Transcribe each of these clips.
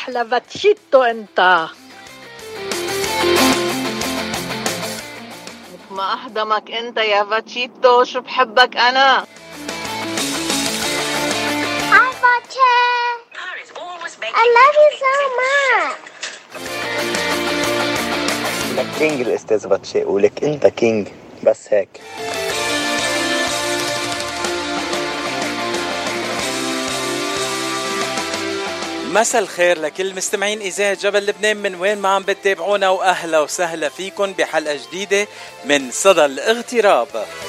أحلى باتشيتو أنت. ما أحضمك أنت يا باتشيتو، شو بحبك أنا. I love you so much. لك كينج الأستاذ باتشي، ولك أنت كينج بس هيك. مساء الخير لكل مستمعين إذاعة جبل لبنان من وين ما عم بتتابعونا، وأهلا وسهلا فيكن بحلقة جديدة من صدى الاغتراب.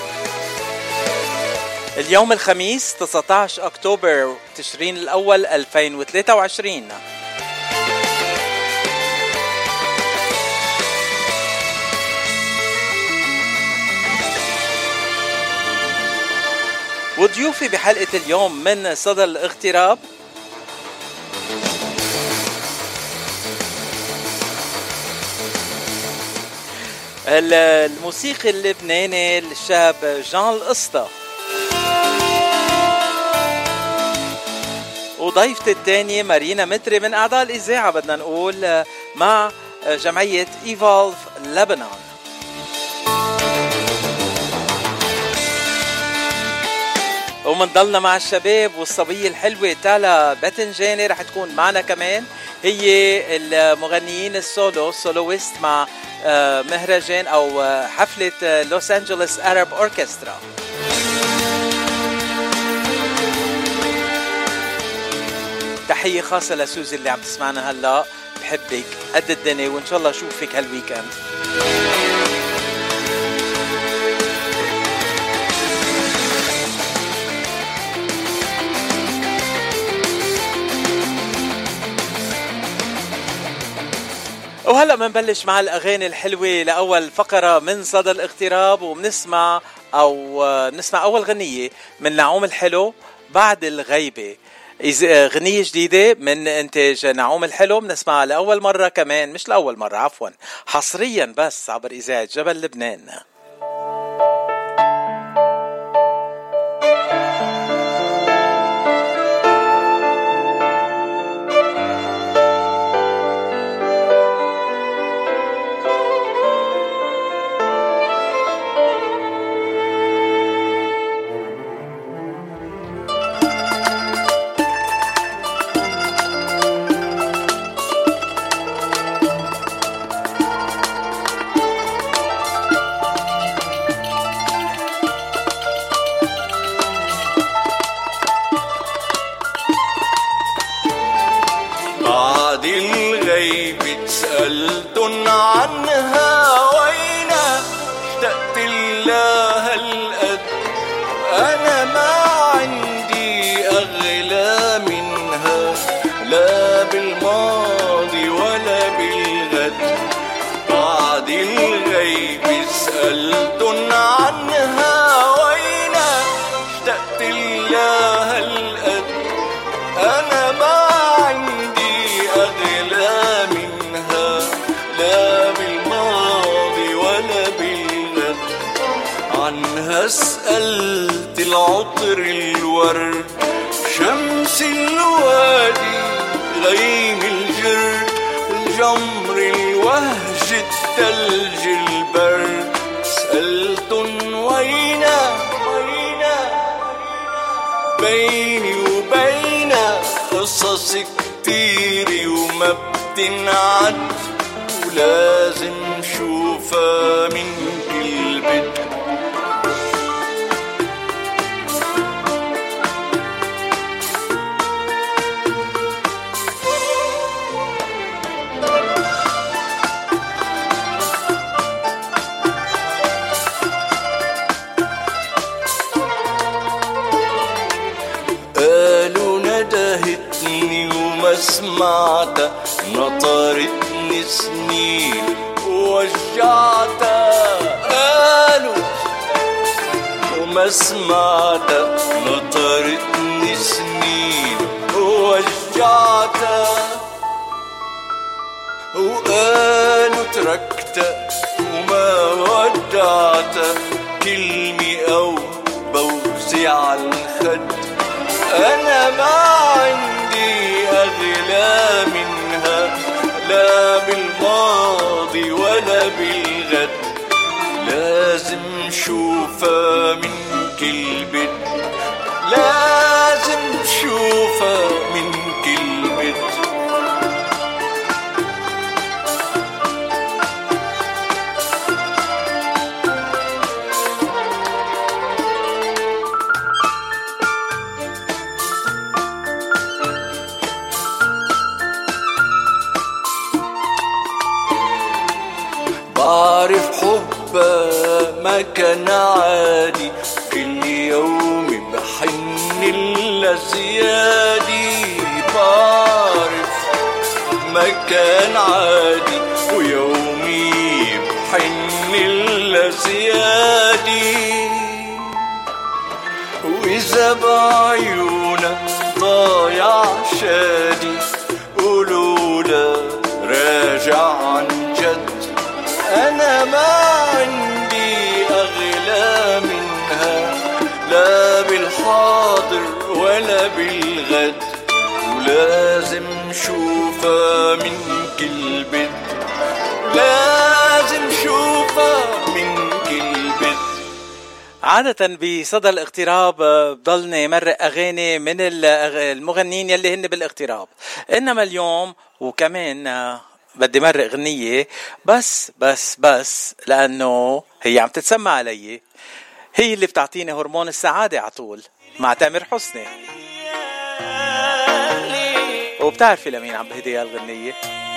اليوم الخميس 19 أكتوبر تشرين الأول 2023. وضيوفي بحلقة اليوم من صدى الاغتراب الموسيقي اللبناني الشاب جان القسطى، وضيفتي الثانية مارينا متري من أعضاء الإذاعة، بدنا نقول مع جمعية إيفولف لبنان. ومنضلنا مع الشباب والصبية الحلوة تالا باتنجاني، رح تكون معنا كمان، هي المغنيين السولويست مع مهرجان أو حفلة لوس أنجلوس أرب أوركسترا. تحية خاصة لسوزي اللي عم تسمعنا هلأ، بحبك قد الدنيا، وإن شاء الله أشوفك هالويكند. وهلأ منبلش مع الأغاني الحلوة لأول فقرة من صدى الاغتراب، وبنسمع أول غنية من نعوم الحلو بعد الغيبة. غنية جديدة من إنتاج نعوم الحلو، بنسمعها لأول مرة، كمان مش لأول مرة عفوا، حصريا بس عبر إذاعة جبل لبنان. سألت العطر الورد، شمس الوادي، غيم الجرد، الجمر الوهج، الثلج البرد. سألتن وينا بيني وبين قصص كتير وما بتنعد، ولازم شوفها من كل بدء. سمعت نطرتني سنين ووجعت، قالوا وما سمعت نطرتني سنين ووجعت، وقالوا تركت وما ودعت، كلمة أو بوزع الخد. أنا ما عندي أغلى منها، نشوفها من كل بيت، لازم نشوفها من كل بيت. بعرف حبها ما كان عادي، كل يوم بحن لزيادي. بعرف ما كان عادي ويومي بحن لزيادي. وإذا بعيونك ضايع شادي قولولا راجع عن جد. أنا ما عندي أغلى منها، لا بالحاضر ولا بالغد، ولازم شوفها من كل بيت، لازم شوفها من كل بيت. عادة بصدى الاغتراب بضلني مرق أغاني من المغنين يلي هن بالاغتراب، إنما اليوم وكمان بدي مرق غنية بس لأنه هي عم تتسمى علي، هي اللي بتعطيني هرمون السعادة عطول، مع تامر حسني. وبتعرفي لمين عم بهدي الغنية؟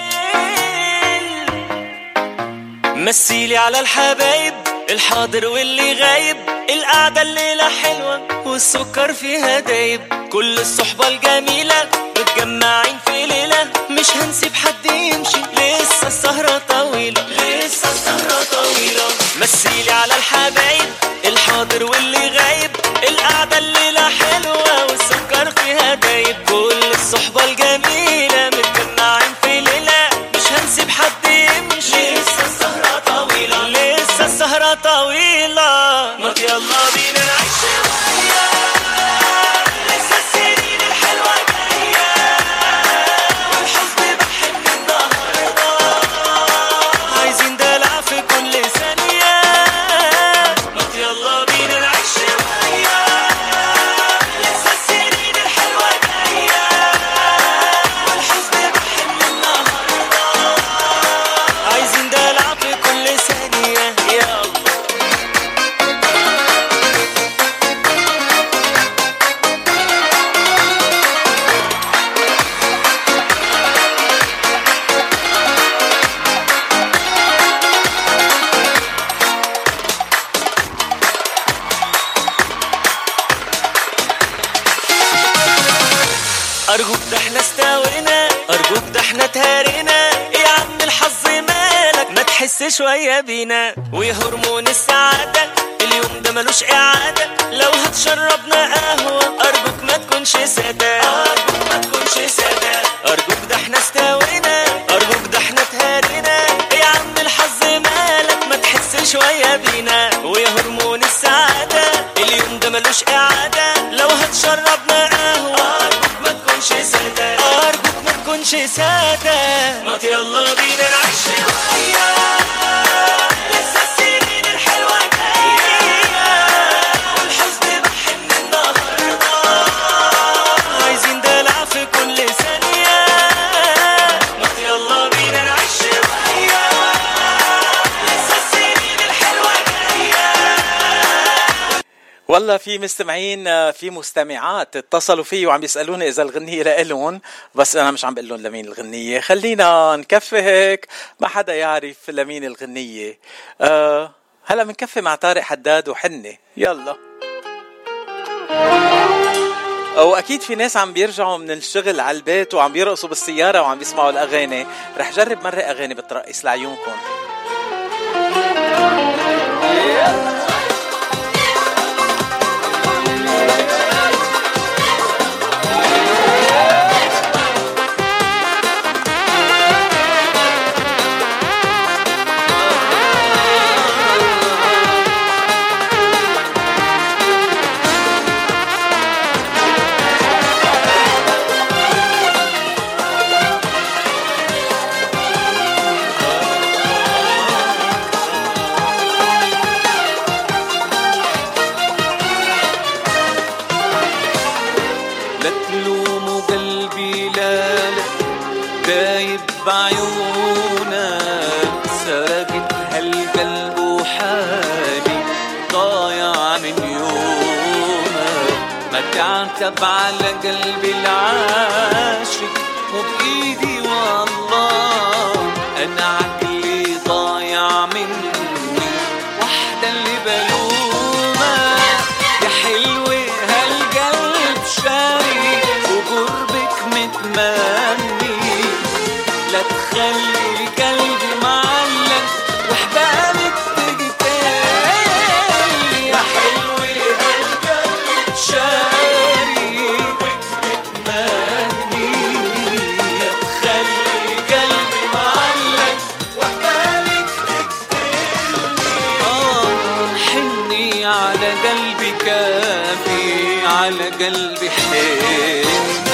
مسيلي على الحبايب الحاضر واللي غايب، القعدة الليلة حلوة والسكر فيها دايب، كل الصحبة الجميلة متجمعين في ليلة، مش هنسيب حد يمشي، لسه السهرة طويلة، لسه السهرة طويلة. مسيلي على الحبايب الحاضر واللي غايب، القعدة الليلة حلوة والسكر فيها دايب، كل الصحبة الجميلة متجمعين في ليلة، مش هنسيب حد يمشي، لسه السهرة طويلة، لسه السهرة طويلة. ما يلا بينا نعيش شوية، لسه السنين الحلوة جاية، والحزن بحن النهاردة، عايزين دلع في كل ثانية. ما يلا بينا نعيش شوية، لسه السنين الحلوة جاية، والحزن بحن النهاردة، عايزين دلع في كل ثانية. يا الله أرجوك ده احنا استوينا، أرجوك ده احنا تهرينا، يا عم الحظ مالك ما تحس شوية بينا، ويا هرمون السعادة اليوم ده ملوش إعادة، لو هتشربنا قهوة أرجوك ما تكونش سادة، أرجوك ما تكونش سادة. أرجوك ده احنا استوينا، أرجوك ده احنا تهرينا، يا عم الحظ مالك ما تحس شوية بينا، ويا هرمون السعادة اليوم ده ملوش إعادة، لو هتشربنا قهوة أرجوك ما تكونش سادة، أرجوك ما تكونش سادة. ما يلا بينا نعيش شوية، لسه السنين الحلوة جاية، والحزن بحن النهاردة، عايزين دلع في كل ثانية. ما يلا بينا نعيش شوية، لسه السنين الحلوة جاية. والله في مستمعين في مستمعات اتصلوا فيه وعم يسألوني إذا الغنية لإلهم، بس أنا مش عم بقول لهم لمين الغنية. خلينا نكفي هيك ما حدا يعرف لمين الغنية. هلا منكفي مع طارق حداد وحنة. يلا. وأكيد في ناس عم بيرجعوا من الشغل على البيت وعم بيرقصوا بالسيارة وعم بيسمعوا الأغاني. رح جرب مرة أغاني بترقص لعيونكم. وقلبي لالا دايب بعيونك سرقت هالقلب وحالي ضايع من يومك ما تعتب على قلبي العاشق مو بإيدي والله أنا عقلي ضايع مني وحدة اللي بلومك يا حلوة هالقلب شاري وقربك متمني لا تخلي قلبي معلق وحدانك تقتل يا حلوة هالقلب شاري ومتمني لا تخلي قلبي معلق وحدانك تقتل حني على قلبي كافي على قلبي حني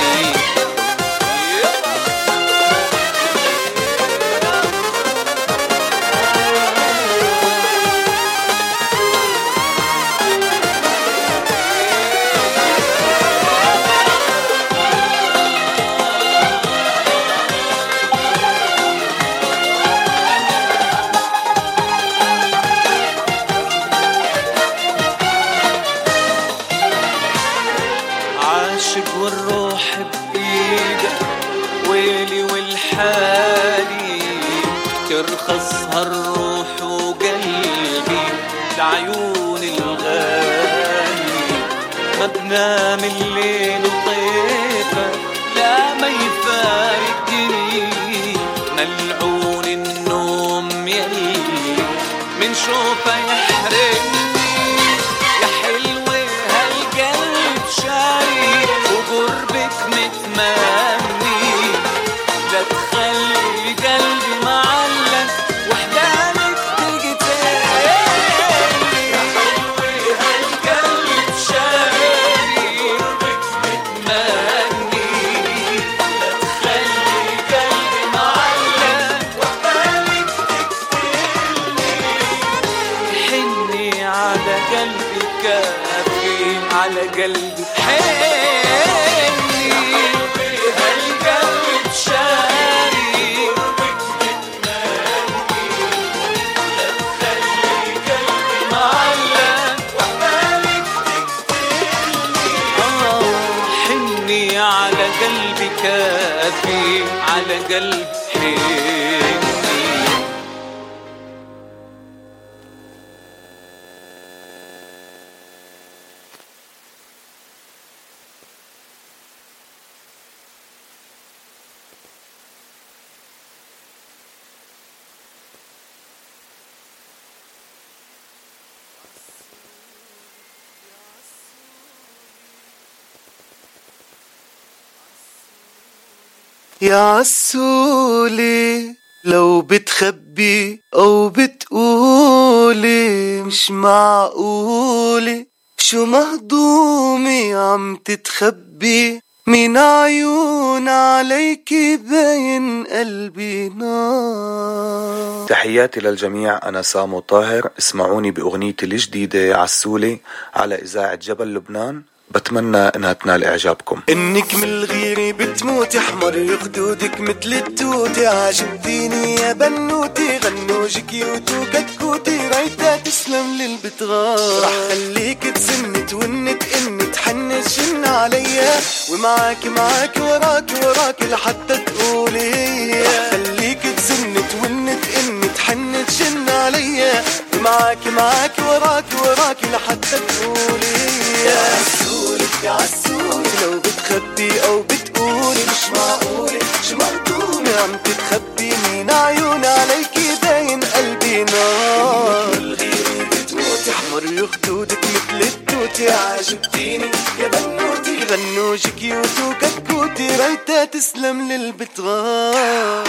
والروح بإيدك ويلي والحالي ترخص هالروح وقلبي لعيون الغالي ما بنام الليل وطيفك لا ما يفارقني ملعون النوم يلي من شوفه يحرمني يا حلوة هالقلب شاري وقربك متمني لا تخلي قلبي معلق وحدانك تقتل يا حلوة هالقلب شاري وقربك متمني لا تخلي قلبي معلق وحدانك تقتلني حني على قلبي كافي على قلبي حني هالقلب شاري ومتمني لا تخلي قلبي معلق وحدانك تقتلني حني على قلبي كافي على قلبي حني يا عسولي لو بتخبي أو بتقولي مش معقولي شو مهضومي عم تتخبي من عيون عليكي باين قلبي نار. تحياتي للجميع، أنا سامو طاهر. اسمعوني بأغنيتي الجديدة عسولي على إذاعة جبل لبنان، بتمنى انها تنال اعجابكم. انك من الغيرة بتموتي احمر خدودك مثل التوتي عجبتيني يا بنوتي غنوجك يوتو كتكوتي رايتا تسلم للبتغار رح خليك تزن تونت ان تحنت جن عليا ومعاك وراك لحتى تقولي رح خليك تزن تونت ان تحنت جن عليا ومعاك وراك لحتى تقولي يا يا عسولي لو بتخبي او بتقولي مش معقولي شو مهضومي عم تتخبي من عيون عليكي باين قلبي نار. الغيري بتموتي احمر خدودك مثل التوتي عجبتيني يا بنوتي غنوجك يوتو كتكوتي رايتا تسلم للبتغار.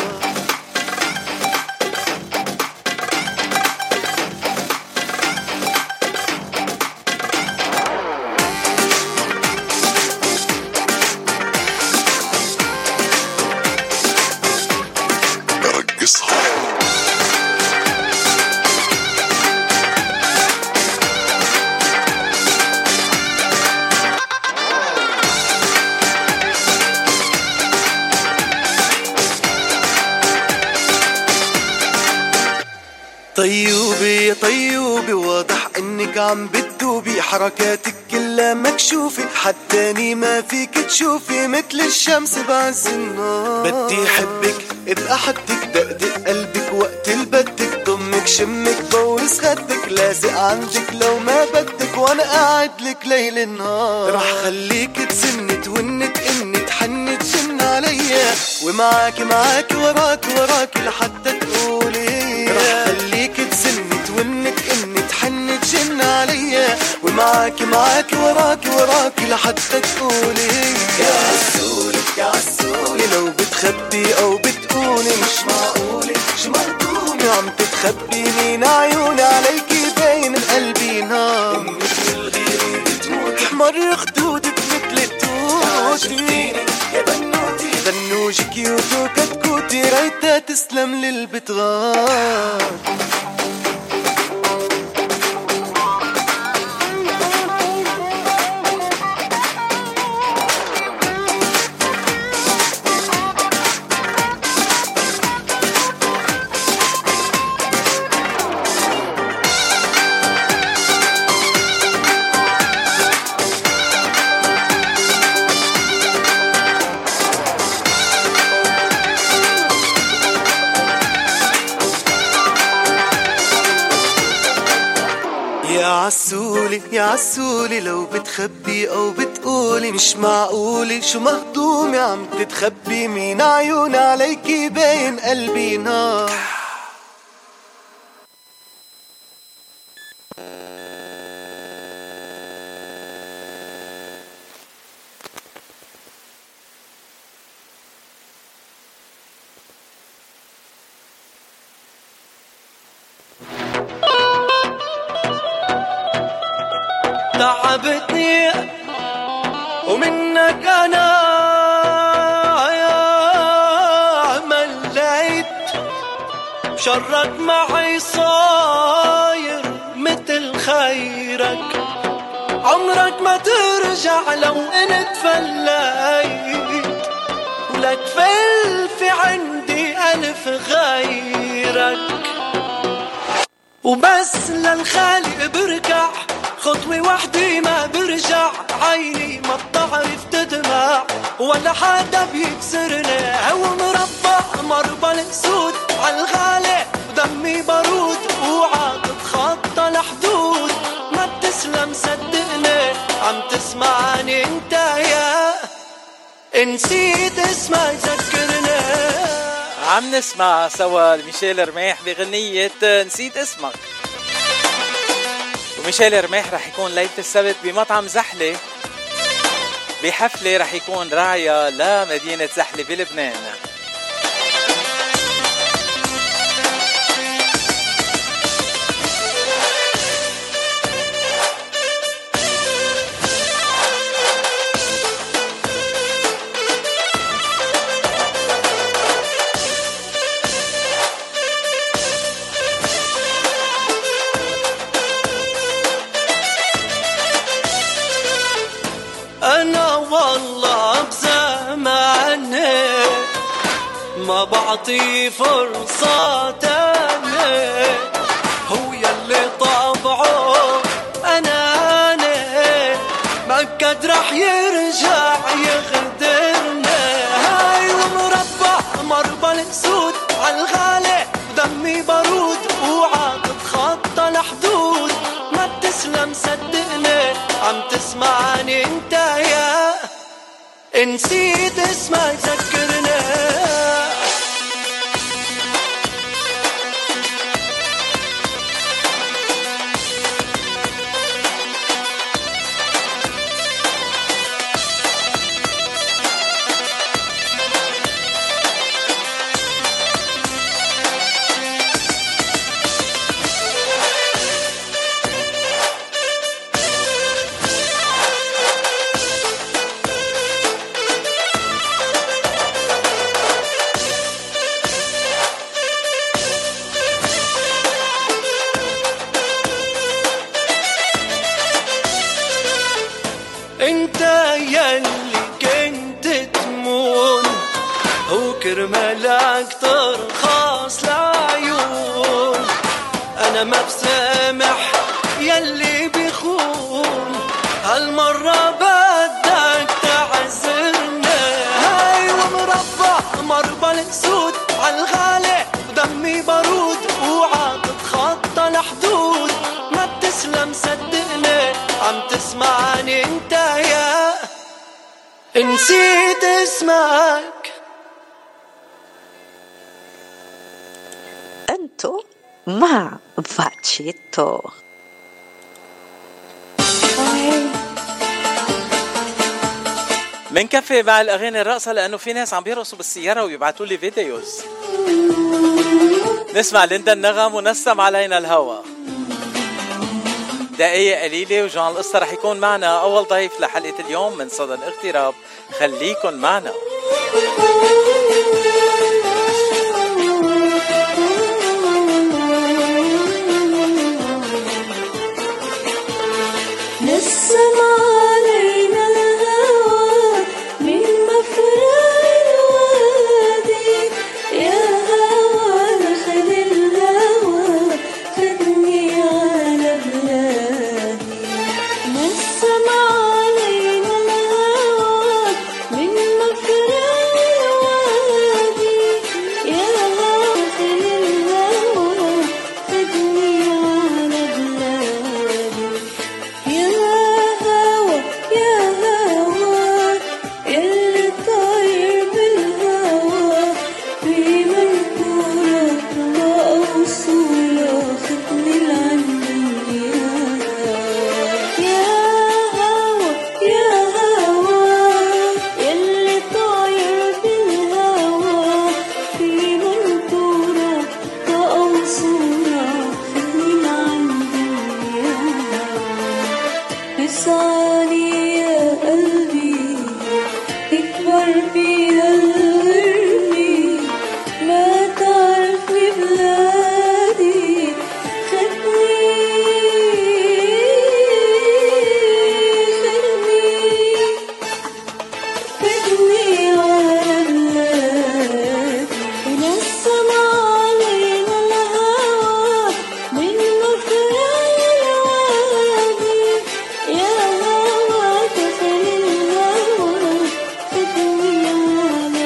طيوبة يا طيوبة واضح انك عم بتدوبي، حركاتك كلها مكشوفة حتاني ما فيك تشوفي، مثل الشمس بعز النهار. بدي حبك ابقى حدك، دقدق قلبك وقت البدك، ضمك شمك بوس خدك، لازق عندك لو ما بدك، وانا قاعد لك ليل نهار. رح خليك تسني توني تقني تحني تجن عليا، ومعاك معاك وراك وراك لحتى تقولي. رح خليك تسني توني تقني تحني تجن عليا، ومعاك معاك وراك وراك لحتى تقولي. يا عسولي يا عسولي لو بتخبي او بتقولي، مش معقولة شو مهضومة عم تتخبي من عيوني، عليكي باين قلبي نار، مثل الغيرة بتموت احمر خدودك مثل التوتي. يا بنوتي بنوجي كيوتو كتكوتي، ريتها تسلم للبتغار. يا عسولي لو بتخبي او بتقولي، مش معقولة شو مهضومة عم تتخبي من عيوني، عليكي باين قلبي نار. تعبتني ومنك أنا مليت، شرك معي صاير مثل خيرك، عمرك ما ترجع لو انت فليت، ولك في عندي ألف غيرك، وبس للخالق بركع خطوة وحدي ما برجع، عيني ما بتعرف تدمع ولا حدا بيكسرني، ومربع مربى الاسود عالغالي ودمي بارود، اوعى تتخطى الحدود ما بتسلم صدقني، عم تسمعني انت يا نسيت اسمع ذكرني. عم نسمع سوا ميشيل رميح بغنية نسيت اسمك. وميشيل رميح رح يكون ليلة السبت بمطعم زحلة بحفلة رح يكون راعية لمدينة زحلة بلبنان. أنا والله بزماني ما بعطي فرصة تاني، هو يلي طبعه أناني مأكد رح يرجع يغدرني، هاي ومربع مربى الاسود عالغالي ودمي بارود، اوعى تتخطى الحدود ما بتسلم صدقني، عم تسمعني انت يا نسيت اسمع ذكرني. انت يلي كنت تمون وكرمالك ترخص العيون، وانا ما بسامح يلي بيخون، هالمرة بدك تعذرنا. هاي ومربع مربى السود عالغالي ودمي بارود، اوعى تتخطى الحدود، ما بتسلم صدقني عم تسمعني انت يا نسيت اسمك. انتو مع فاتشيتو. منكفي مع الاغاني الرقصه لانه في ناس عم بيرقصوا بالسياره ويبعتوا لي فيديوز. نسمع ليندا النغم ونسم علينا الهوى. دقيقة قليلة وجان القصة رح يكون معنا أول ضيف لحلقة اليوم من صدى الاغتراب. خليكن معنا. نسم علينا الهوى من مفرق الوادي، يا هوى دخل الهوى خدني على بلادي. نسم علينا الهوى من مفرق الوادي، يا هوى دخل الهوى خدني على بلادي. يا هوا يا هوا يلي طاير بالهوا، في منكورك وأوصولة خدني لعندي. يا هوا يا هوا يلي طاير بالهوا، في منكورك وأوصولة خدني لعندي. اسعالي يا قلبي اكبر بيها الغربي، ما تعرفني بلادي خدني على بلادي. ونسم علينا الهوى من مفرق الوادي، يا هوا دخل الهوى خدني على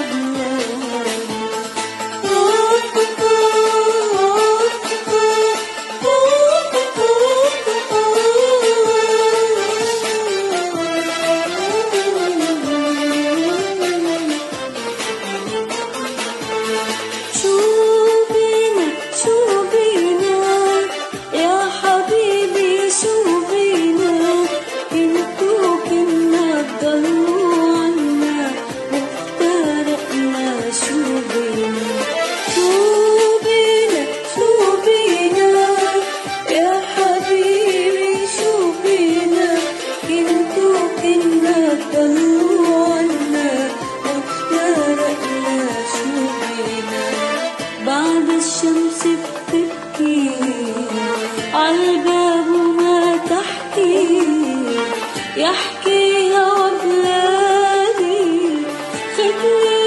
شو بينا يا حبيبي، شو بينا انتو كنا تضلوا عنا وافترقنا. شو بينا يا حبيبي، شو بينا انتو كنا تضلوا عنا وافترقنا. شو بينا بعد الشمس بتبكي عالباب وما تحكي، يحكي هوا بلادي خدني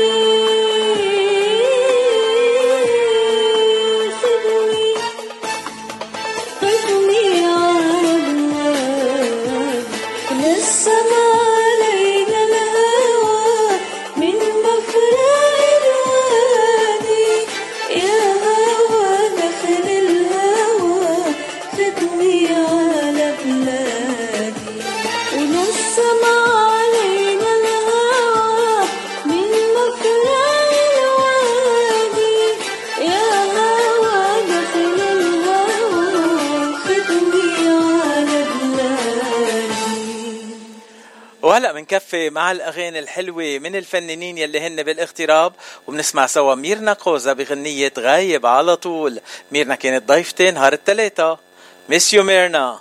على بلادي. نسم علينا الهوى من مفرق الوادي، يا هوا دخل الهوى خدني على بلادي. ونسم علينا الهوى من مفرق الوادي، يا هوا دخل الهوى خدني على بلادي. وهلأ منكفي مع الأغاني الحلوة من الفنانين يلي هن بالاغتراب، وبنسمع سوا ميرنا قوزة بغنية غايب على طول. ميرنا كانت ضيفتي نهار الثلاثة. ميسيو ميرنا.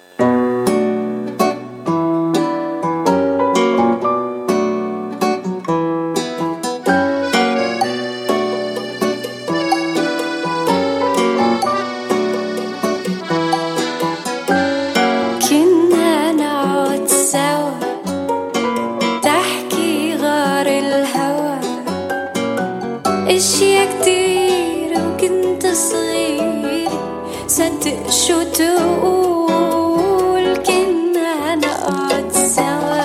كنا نقعد سوا تحكي غار الهوى، اشياء كتير وكنت صغير صدق صدق شو تقول كنا نقعد سوا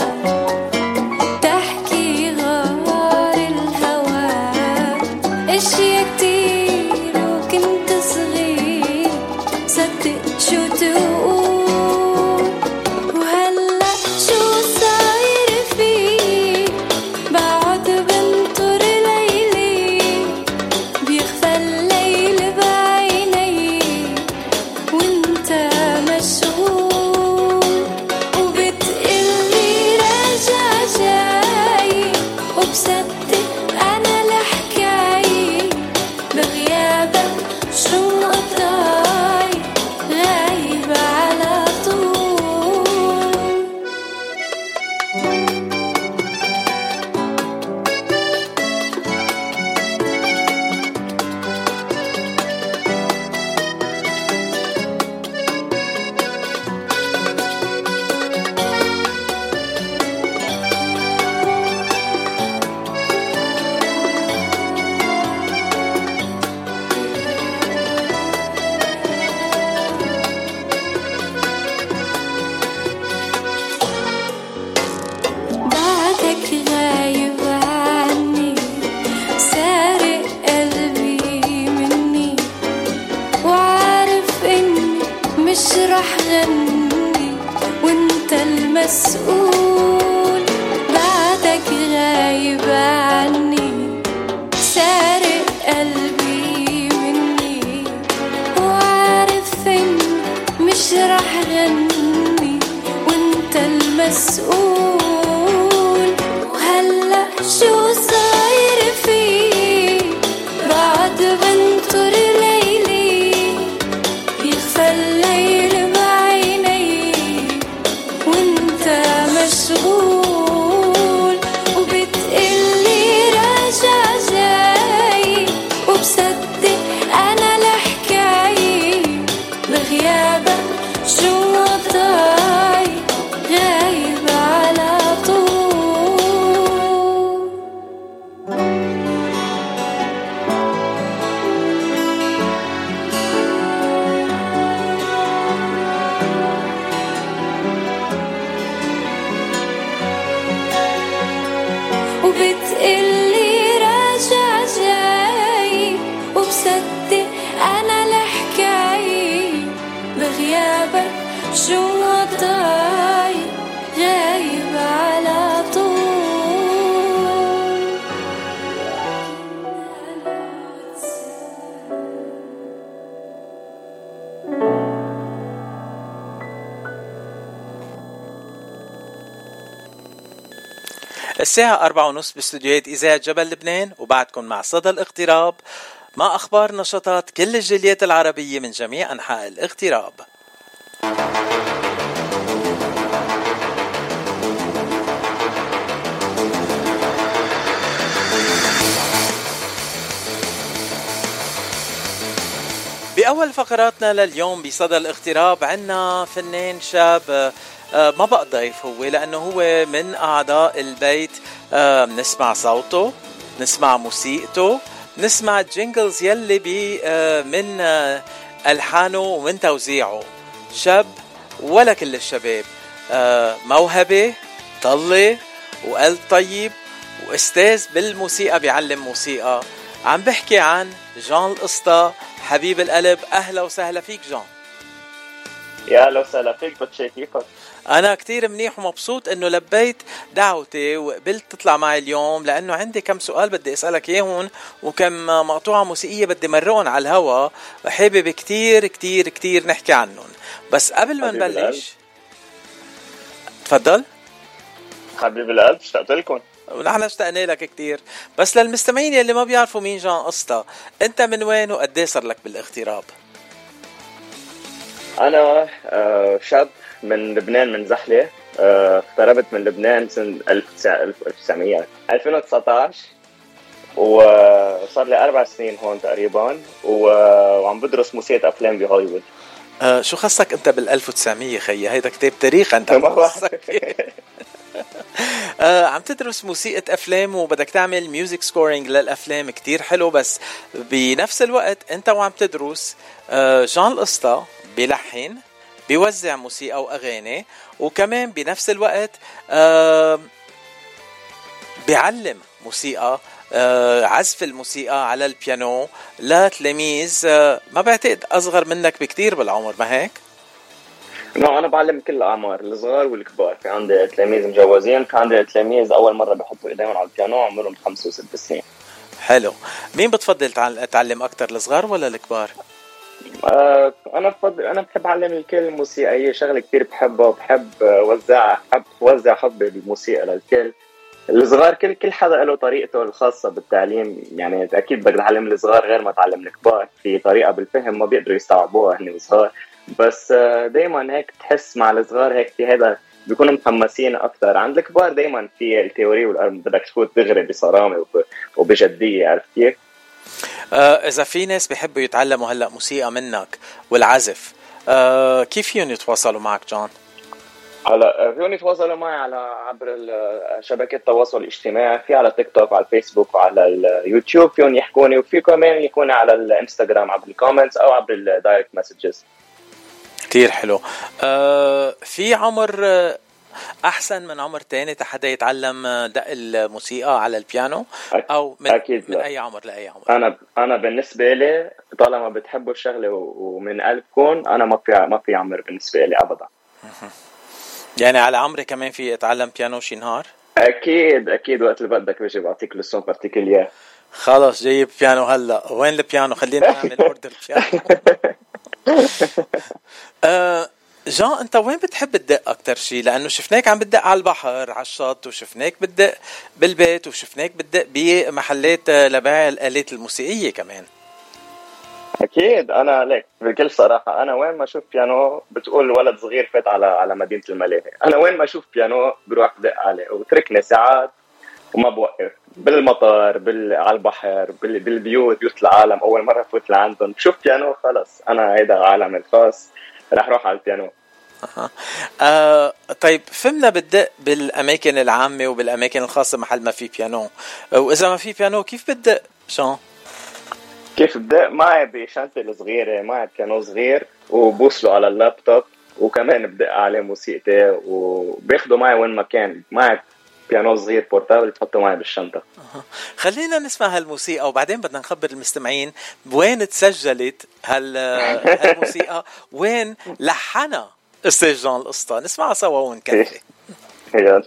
تحكي غار الهوى اشياء كتير وكنت صغير صدق شو تقول وهلأ شو صاير فيه بعد بنطر ليلي بيخفى الليل بعيني وانت مشغول وبتقلي راجع جاي وبصدق انا الحكاية بغيابك شو قطعي غايب على طول بعدك غايب عني سارق قلبي مني وعارف اني مش رح غني وانت المسؤول بعدك غايب عني سارق قلبي مني وعارف اني مش رح غني وانت المسؤول وهلأ شو صاير فيه بعد بنطر ليلي يخفى الليل بعيني وانت مشغول وبتقلي راجع جاي وبصدق انا الحكاية بغيابك شو وضعي غايب على طول وبتقلي راجع جاي وبصدق انا الحكاية بغيابك شو وضعي غايب على طول الساعة 4:30 باستوديوهات إذاعة جبل لبنان وبعدكم مع صدى الاغتراب مع أخبار نشاطات كل الجاليات العربية من جميع أنحاء الاغتراب. بأول فقراتنا لليوم بصدى الاغتراب عنا فنان شاب ما بقى ضيف هو لأنه هو من أعضاء البيت. نسمع صوته، نسمع موسيقته، نسمع الجينجلز يلي من ألحانه ومن توزيعه. شاب ولا كل الشباب، موهبة، طلة وقلب طيب وأستاذ بالموسيقى، بيعلم موسيقى. عم بحكي عن جان القسطى حبيب القلب. أهلا وسهلا فيك جان. يا أهلا وسهلا فيك باتشي، كيفك؟ أنا كتير منيح ومبسوط إنه لبيت دعوتي وقبلت تطلع معي اليوم، لأنه عندي كم سؤال بدي أسألك إياهم وكم مقطوعة موسيقية بدي مرقون على الهوا وحابب كتير كتير كتير نحكي عنهم. بس قبل ما نبلش تفضل. حبيب القلب، اشتقت لكم. ونحن اشتقنا لك كتير. بس للمستمعين اللي ما بيعرفوا مين جان قسطى، أنت من وين وقديه صار لك بالاغتراب؟ أنا شاب من لبنان، من زحلة. اغتربت من لبنان سنة 2019 وصار لي 4 سنين هون تقريبا، وعم بدرس موسيقى أفلام بهوليوود. شو خصك أنت بال1900 خيي؟ هيدا كتاب تاريخ أنت. عم تدرس موسيقى أفلام وبدك تعمل ميوزك سكورينج للأفلام، كتير حلو. بس بنفس الوقت أنت وعم تدرس جان القسطى بيلحن، بيوزع موسيقى وأغاني، وكمان بنفس الوقت بيعلم موسيقى، عزف الموسيقى على البيانو لتلاميذ ما بعتقد أصغر منك بكتير بالعمر، ما هيك؟ أنا بعلم كل الأعمار، الصغار والكبار. في عندي تلاميذ مجوزين، في عندي تلاميذ أول مرة بيحطوا إيديهم على البيانو عمرهم 5 و6 سنين. حلو. مين بتفضل تعلم أكتر، الصغار ولا الكبار؟ أنا بحب أعلم الكل الموسيقى، هي شغلة كتير بحبها وبحب وزع حبي بالموسيقى للكل. الصغار كل حدا له طريقته الخاصة بالتعليم، يعني أكيد بدك تعلم الصغار غير ما تعلم الكبار، في طريقة بالفهم ما بيقدروا يستوعبوها هني الصغار. بس دايما هيك تحس مع الصغار هيك في هذا بيكونوا محمسين أكتر. عند الكبار دايما في التيوري والأرم بدك تفوت تغري بصرامة وبجدية، عرفت كيف؟ إذا في ناس بيحبوا يتعلموا هلأ موسيقى منك والعزف، كيف فيهم يتواصلوا معك جون؟ هلا فيهم يتواصلوا معي عبر شبكات التواصل الاجتماعي، في على تيك توك وعلى الفيسبوك وعلى اليوتيوب فيهم يحكوني، وفي كمان يكونوا على الانستغرام عبر الكومنتس او عبر الدايركت مسجز. كتير حلو. في عمر احسن من عمر تاني حدا يتعلم دق الموسيقى على البيانو، او من, أكيد من اي عمر لاي عمر؟ انا بالنسبه لي طالما بتحبوا الشغله ومن قلبكم، انا ما في عمر بالنسبه لي ابدا. يعني على عمري كمان في اتعلم بيانو شي نهار؟ اكيد وقت اللي بدك بيجي بعطيك لسون بارتيكولير. خلاص جايب بيانو هلا. وين البيانو؟ خلينا نعمل اوردر بيانو. جان، انت وين بتحب تدق اكتر شيء؟ لانه شفناك عم بتدق على البحر على الشط، وشفناك بتدق بالبيت، وشفناك بتدق بمحلات لبيع الآلات الموسيقية كمان. اكيد انا ليك بكل صراحه، انا وين ما اشوف بيانو بتقول ولد صغير فات على مدينه الملاهي. انا وين ما اشوف بيانو بروح بدق عليه، وتركني ساعات وما بوقف بالمطار على البحر بيوت العالم. اول مره فوت لعندهم بشوف بيانو، خلص انا هيدا عالمي الخاص، رح روح على البيانو. طيب فهمنا بتدق بالاماكن العامه وبالاماكن الخاصه محل ما في بيانو، واذا ما في بيانو كيف بتدق شو؟ كيف بدأ معي بشنطة الصغيرة، معي بيانو صغير وبوصله على اللابتوب، وكمان بدأ عليه موسيقتي وباخده معي وين ما كان. معي بيانو صغير بورتابل بحطه معي بالشنطة. خلينا نسمع هالموسيقى وبعدين بدنا نخبر المستمعين وين تسجلت هالموسيقى، وين لحنها أستاذ جان القسطى. نسمعها سوا ونكفي. يلا.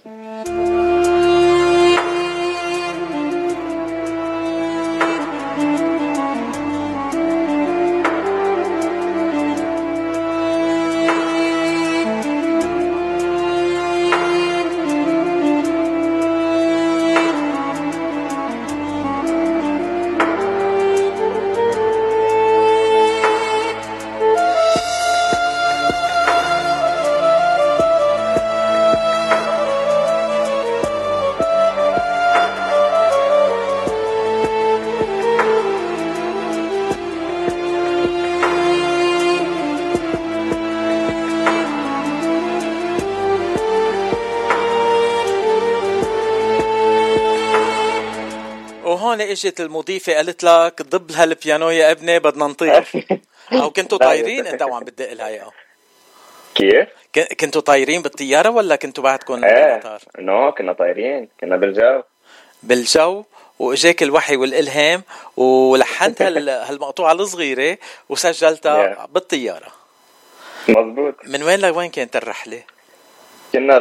اجت المضيفة قالت لك ضب لها البيانو يا ابني بدنا نطير. او كنتوا طايرين انت وعم بتدق الهيئة؟ كيف؟ كنتوا طايرين بالطيارة ولا كنتوا بعدكم بالمطار؟ كنا طايرين، كنا بالجو واجاك الوحي والالهام ولحنت هالمقطوعة الصغيرة وسجلتها بالطيارة. مظبوط. من وين لوين كانت الرحلة؟ كنا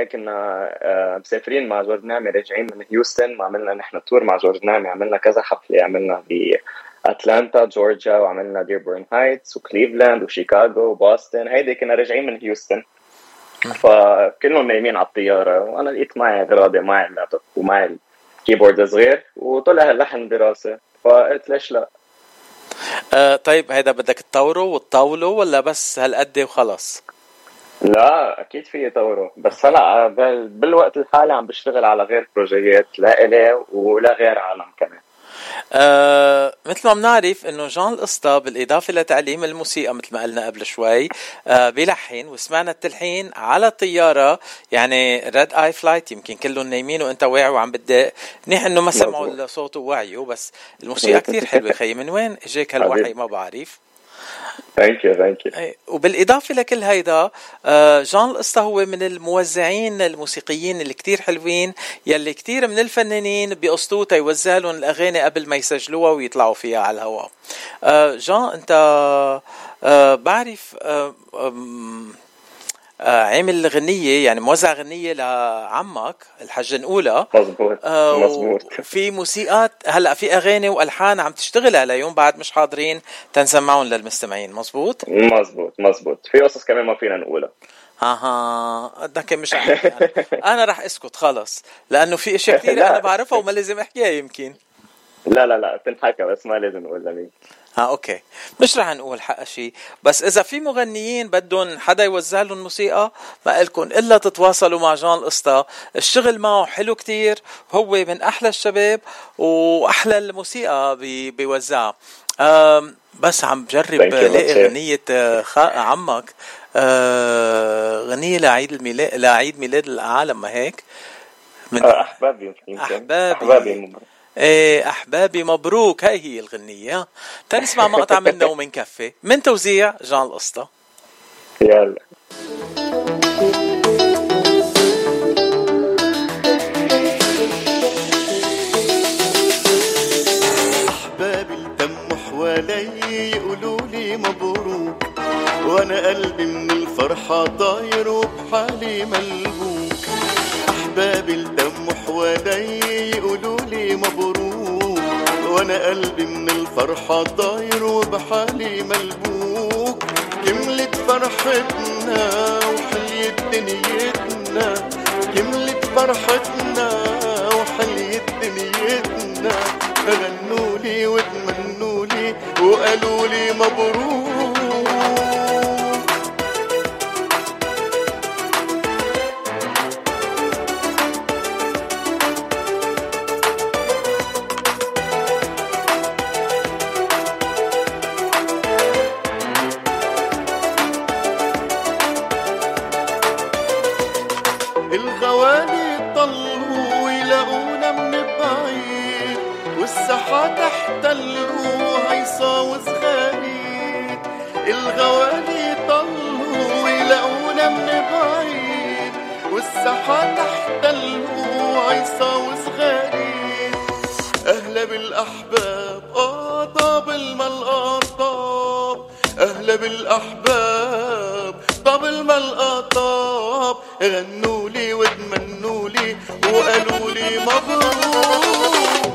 مسافرين مع جورج نعمي، راجعين من هيوستن، وعملنا نحن تور مع جورج نعمي، عملنا كذا حفلة، عملنا بأتلانتا جورجيا، وعملنا ديربورن هايتس وكليفلاند وشيكاغو وبوسطن. هيدي كنا راجعين من هيوستن، فكلهم نايمين على الطيارة، وأنا لقيت معي غراضي، معي اللابتوب ومعي الكيبورد الصغير، وطلع اللحن براسي، فقلت ليش لا. طيب هيدا بدك تطوره وتطوله ولا بس هالقد وخلص؟ لا اكيد في يطوروا، بس هلا بالوقت الحالي عم بشتغل على غير بروجيات لا إلي ولا غير عالم كمان. مثل ما بنعرف انه جان القسطى بالاضافه لتعليم الموسيقى مثل ما قلنا قبل شوي بيلحن، وسمعنا التلحين على الطياره، يعني ريد اي فلايت، يمكن كلهم نايمين وانت واعي وعم بدق. منيح انه ما سمعوا الصوت ووعيه، بس الموسيقى كتير حلوه. خيي من وين اجاك هالوحي؟ ما بعرف. ثانك يو. وبالإضافة لكل هيدا جان القسطى هو من الموزعين الموسيقيين اللي كتير حلوين، يلي كتير من الفنانين بيقصدوا يوزع لهم الأغاني قبل ما يسجلوها ويطلعوا فيها على الهواء. جان أنت بعرف عامل غنية، يعني موزع غنية لعمك الحج نقولة. مزبوط. في موسيقات هلأ في أغاني وألحان عم تشتغل عليهم بعد مش حاضرين تنسمعون للمستمعين. مزبوط. في قصص كمان ما فينا نقولها. ده مش عارف يعني. أنا رح أسكت خلص لأنه في إشياء كتير أنا بعرفها وما لازم أحكيها يمكن. لا تنحكى بس ما لازم نقول لمين. اوكي مش رح نقول حق شيء، بس اذا في مغنيين بدهم حدا يوزع لهم موسيقى ما لكم الا تتواصلوا مع جان القسطى. الشغل معه حلو كتير، هو من احلى الشباب واحلى الموسيقى بيوزعها. بس عم بجرب لاقي غنية عمك، غنية لعيد ميلاد العالم، ما هيك من احبابي أحبابي مبروك. هاي هي الغنية. تنسمع مقطع منه ومن كفي من توزيع جان القسطى. يلا. أحبابي الدم حوالي يقولوا لي مبروك، وأنا قلبي من الفرحة طاير وبحالي ملبوك. أحبابي الدم حوالي يقولوا لي مبروك، وانا قلبي من الفرحة طاير وبحالي ملبوك. كملت فرحتنا وحليت دنيتنا، كملت فرحتنا وحليت دنيتنا. غنولي وتمنولي وقالوا لي مبروك. الغوالي طلوا يلاقونا من بعيد، والساحة تحتلوا هيصة وصغاريد. الغوالي طلوا يلاقونا من بعيد، والساحة تحتلوا هيصة وصغاريد. أهلا بالأحباب طاب الملقطاب، أهلا بالأحباب طاب الملقطاب. غنولي وتمنولي وقالوا لي مبروك.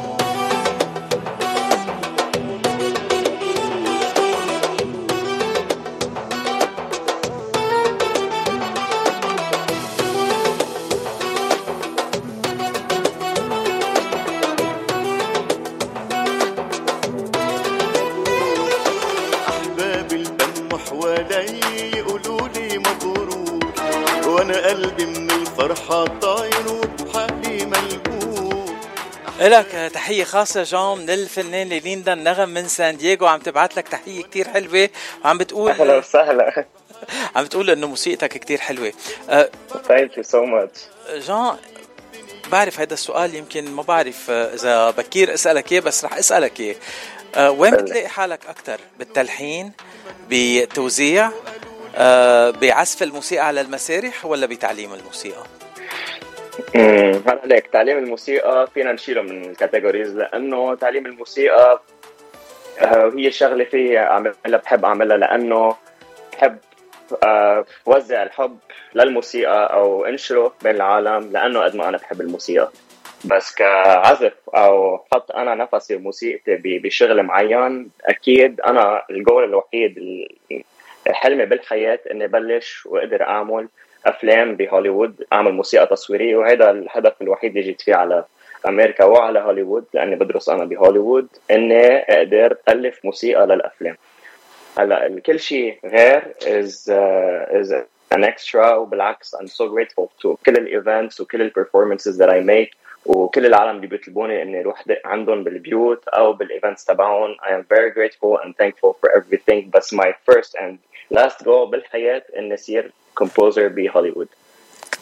أحباب الدم حوالي يقولوا لي مبروك، وانا قلبي من الفرحة طاير وبحالي ملبوك. لك تحية خاصة جان من الفنان ليندا النغم من سان دييغو، عم تبعت لك تحية كتير حلوة وعم بتقول أهلا وسهلا. عم بتقول انه موسيقتك كتير حلوة. Thank you so much. جان بعرف هذا السؤال يمكن ما بعرف اذا بكير اسألك اياه، بس رح اسألك اياه. وين بتلاقي حالك اكتر؟ بالتلحين، بتوزيع، بعزف الموسيقى على المسارح، ولا بتعليم الموسيقى؟ هلا ليك تعليم الموسيقى فينا نشيله من الكاتيجوريز، لانه تعليم الموسيقى هي شغله في اعملها، بحب اعملها لانه بحب وزع الحب للموسيقى او انشره بين العالم، لانه قد ما انا بحب الموسيقى. بس كعزف او حط انا نفسي وموسيقتي بشغل معين، اكيد انا الجول الوحيد حلمي بالحياه اني بلش واقدر اعمل افلام بهوليوود، اعمل موسيقى تصويريه، وهذا الهدف الوحيد اللي جيت فيه على امريكا وعلى هوليوود، لاني بدرس انا بهوليوود، اني اقدر الف موسيقى للافلام. هلا كل شيء غير is an extra، وبالعكس I'm so grateful to كل الايفنتس وكل البرفورمانسز that I make، وكل العالم اللي بيطلبوني اني اروح عندهم بالبيوت او بالايفنتس تبعهم. I am very grateful and thankful for everything. بس my first and last goal بالحياة اني اصير composer بهوليوود.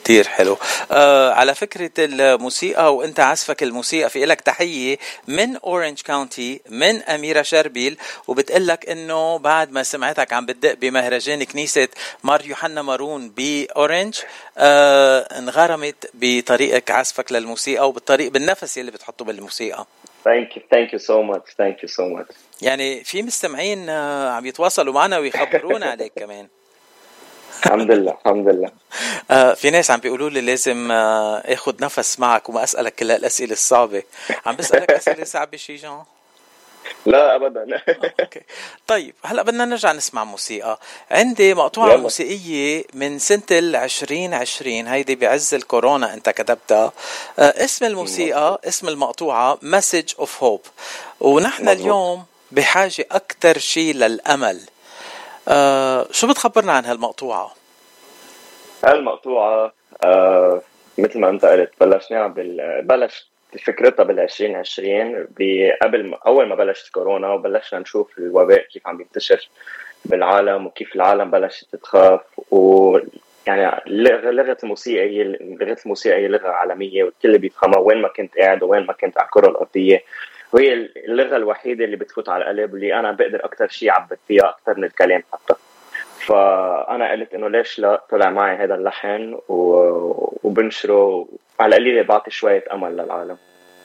كتير حلو. على فكرة الموسيقى وانت عزفك الموسيقى، في لك تحية من أورنج كاونتي من أميرة شربيل، وبتقلك انه بعد ما سمعتك عم بتدق بمهرجان كنيسة مار يوحنا مارون بأورنج انغرمت بطريقك عزفك للموسيقى وبالطريق بالنفس اللي بتحطه بالموسيقى. Thank you so much. يعني في مستمعين عم يتواصلوا معنا ويخبرونا عليك كمان. الحمد لله. في ناس عم بيقولوا لي لازم اخد نفس معك وما اسالك كل الاسئله الصعبه. عم بسالك اسئله صعبه شي جان؟ لا ابدا. اوكي طيب هلا بدنا نرجع نسمع موسيقى. عندي مقطوعه موسيقيه من سنه 2020 هيدي بعز الكورونا انت كتبتها. اسم الموسيقى اسم المقطوعه Message of Hope، ونحن اليوم بحاجه اكثر شيء للامل. شو بتخبرنا عن هالمقطوعة؟ هالمقطوعة مثل ما انت قلت بلشت فكرتها بال2020 قبل أول ما بلشت كورونا، وبلشنا نشوف الوباء كيف عم ينتشر بالعالم وكيف العالم بلشت تخاف. ويعني لغة الموسيقى هي لغة عالمية والكل بيفهمها وين ما كنت قاعد وين ما كنت على الكرة الأرضية، وهي اللغة الوحيدة اللي بتفوت على القلب واللي أنا بقدر أكتر شيء أعبر فيها أكتر من الكلام حتى. فأنا قلت إنه ليش لا، طلع معي هذا اللحن وبنشره على قليلة بعطي شوية أمل للعالم.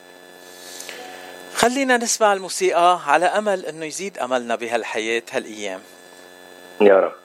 خلينا نسمع الموسيقى على أمل إنه يزيد أملنا بهالحياة هالأيام. يا رب.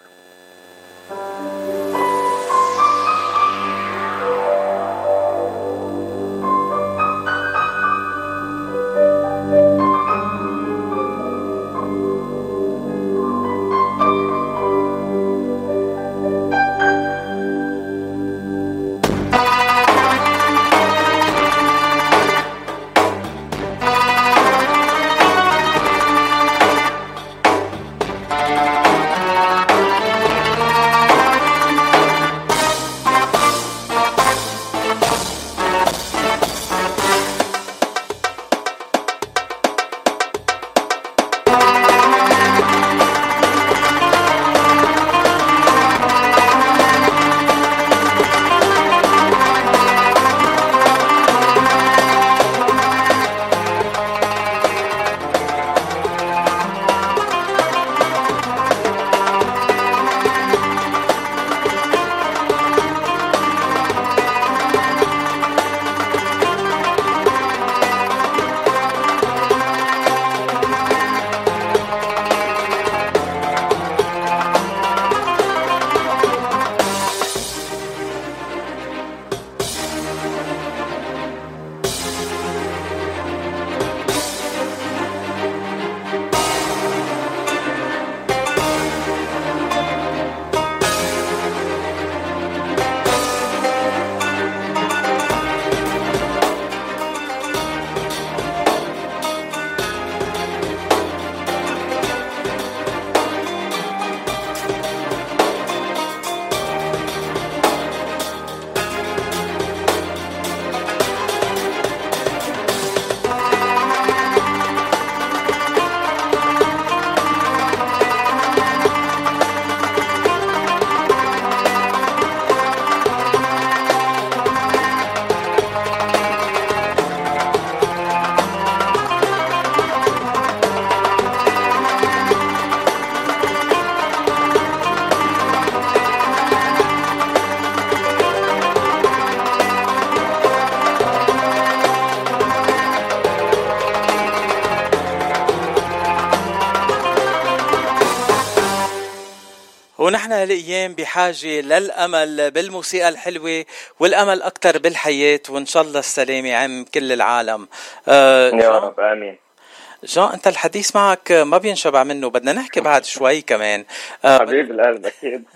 ونحن هالأيام بحاجة للأمل بالموسيقى الحلوة والأمل أكتر بالحياة، وإن شاء الله السلامة عم كل العالم. يا رب آمين. جان أنت الحديث معك ما بينشبع منه، بدنا نحكي بعد شوي كمان. حبيب القلب أكيد.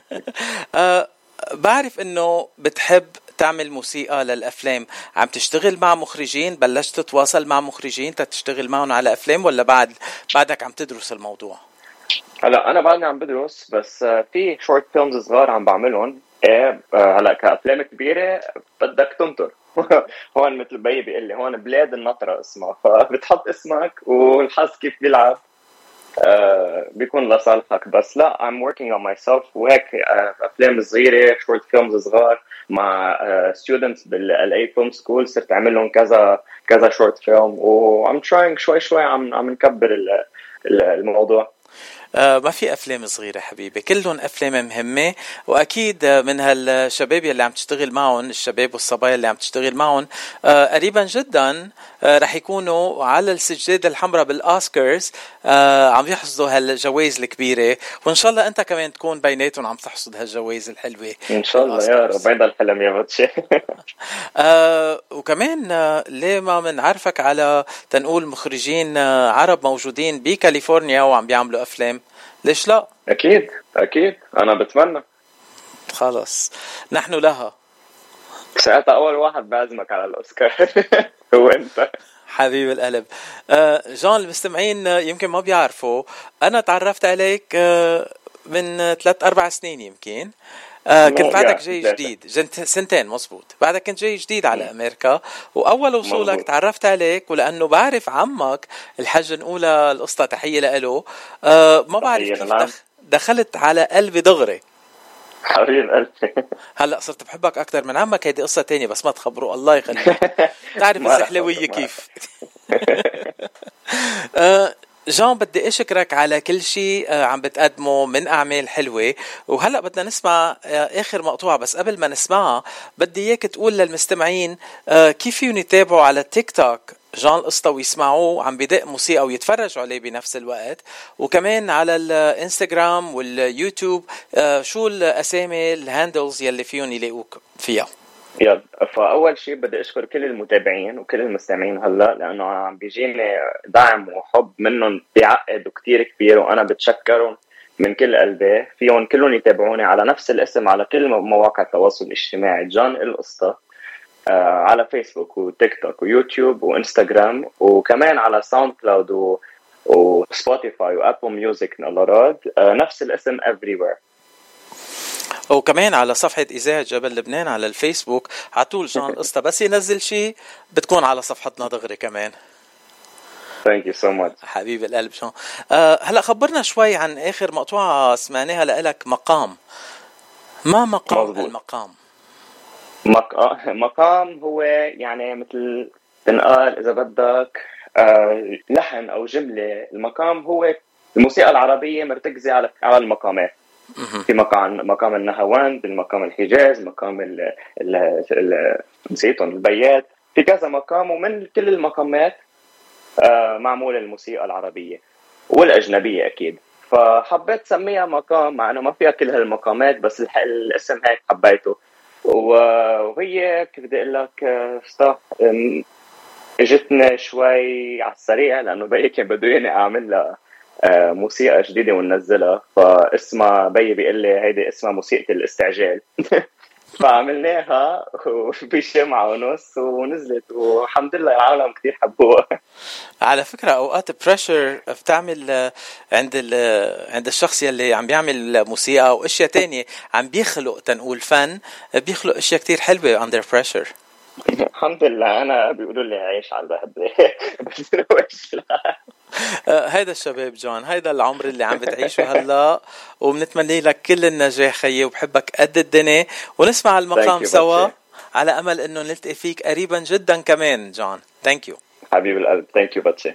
بعرف إنه بتحب تعمل موسيقى للأفلام، عم تشتغل مع مخرجين؟ بلشت تتواصل مع مخرجين تشتغل معهم على أفلام ولا بعدك عم تدرس الموضوع؟ هلا انا بعدني عم بدرس، بس في شورت فيلمز صغار عم بعملهم. هلا كافلام كبيره بدك تنطر. هون مثل بيي بيقول لي هون بلاد النطره اسمها، فبتحط اسمك والحظ كيف بيلعب. بيكون لصالحك. بس لا I'm working on myself. وهيك أفلام صغيرة short films صغار مع students بالLA Film School صرت أعمل لهم كذا short film I'm trying شوي عم نكبر الموضوع. ما في أفلام صغيرة حبيبي، كلهم أفلام مهمة، وأكيد من هالشباب اللي عم تشتغل معهم، الشباب والصبايا اللي عم تشتغل معهم قريبا جدا رح يكونوا على السجادة الحمراء بالأوسكارز عم يحصدوا هالجوائز الكبيرة، وإن شاء الله أنت كمان تكون بيناتهم عم تحصد هالجوائز الحلوة إن شاء الله يا رب. هيدا الحلم يا باتشي. وكمان ليه ما منعرفك على تنقول مخرجين عرب موجودين بكاليفورنيا وعم بيعملوا أفلام، ليش لا؟ أكيد أنا بتمنى. خلاص نحن لها. ساعتها أول واحد بعزمك على الأوسكار هو أنت حبيب القلب. جان، المستمعين يمكن ما بيعرفوا أنا تعرفت عليك من 3-4 سنين يمكن. كنت بعدك جاي جديد، سنتين مزبوط، بعدك كنت جاي جديد على أمريكا، وأول وصولك تعرفت عليك، ولأنه بعرف عمك الحج نقولة القصة تحية لأله. ما بعرف كيف دخلت على قلبي دغري. حبيب قلبي. هلأ صرت بحبك أكتر من عمك، هيدي قصة تانية بس ما تخبروا الله يخليك. تعرف الزحلوية كيف. جان، بدي أشكرك على كل شيء عم بتقدمه من أعمال حلوة، وهلأ بدنا نسمع آخر مقطوعة، بس قبل ما نسمعها بدي إياك تقول للمستمعين كيف يتابعوا على التيك توك جان القصة ويسمعوه عم بدق موسيقى ويتفرجوا عليه بنفس الوقت، وكمان على الانستغرام واليوتيوب شو الأسامي الهاندلز يلي فيهم يلاقوك فيها؟ يلا، فأول شيء بدي أشكر كل المتابعين وكل المستمعين هلا، لأنه عم بيجيني دعم وحب منهم بيعقد وكتير كبير، وأنا بتشكرهم من كل قلبي. فيهم كلهم يتابعوني على نفس الاسم على كل مواقع التواصل الاجتماعي، جان القصة، على فيسبوك وتيك توك ويوتيوب وإنستغرام، وكمان على ساوند كلاود وسبوتيفاي وأبل ميوزك نلاراد، نفس الاسم everywhere. وكمان على صفحة إذاعة جبل لبنان على الفيسبوك عطول جان القصة، بس ينزل شيء بتكون على صفحتنا دغري كمان. Thank you so much. حبيب القلب جان. هلأ خبرنا شوي عن آخر مقطوعة سمعناها لك، مقام. ما مقام مزبوط. المقام مقام هو يعني مثل تنقال إذا بدك لحن أو جملة. المقام هو الموسيقى العربية مرتكزة على المقامات. في مقام النهاوند، المقام الحجاز، مقام نسيتهم البيات، في كذا مقام، ومن كل المقامات معمولة الموسيقى العربية والأجنبية أكيد. فحبيت سميها مقام مع أنه ما فيها كل هالمقامات، بس الاسم هيك حبيته. وهي كيف بدي أقول لك اجتنا شوي على السريع، لأنه بقى كان بده ياني أعمل لها موسيقى جديدة وننزلها، فاسمها بي بيقول لي هيدي اسمها موسيقى الاستعجال. فعملناها بشمعة ونص ونزلت، والحمد لله العالم كتير حبوها. على فكرة أوقات بريشر بتعمل عند الشخص يلي عم بيعمل موسيقى وأشياء تانية عم بيخلق تنقول فن، بيخلق أشياء كتير حلوة under pressure. الحمد لله. أنا بيقولوا لي عايش على البهد بس هيدا الشباب جان، هيدا العمر اللي عم بتعيشه هلا، وبنتمنى لك كل النجاح خيي، وبحبك قد الدنيا، ونسمع المقام سوا على أمل إنه نلتقي فيك قريبا جدا كمان جان. ثانك يو حبيب القلب. ثانك يو باتشي.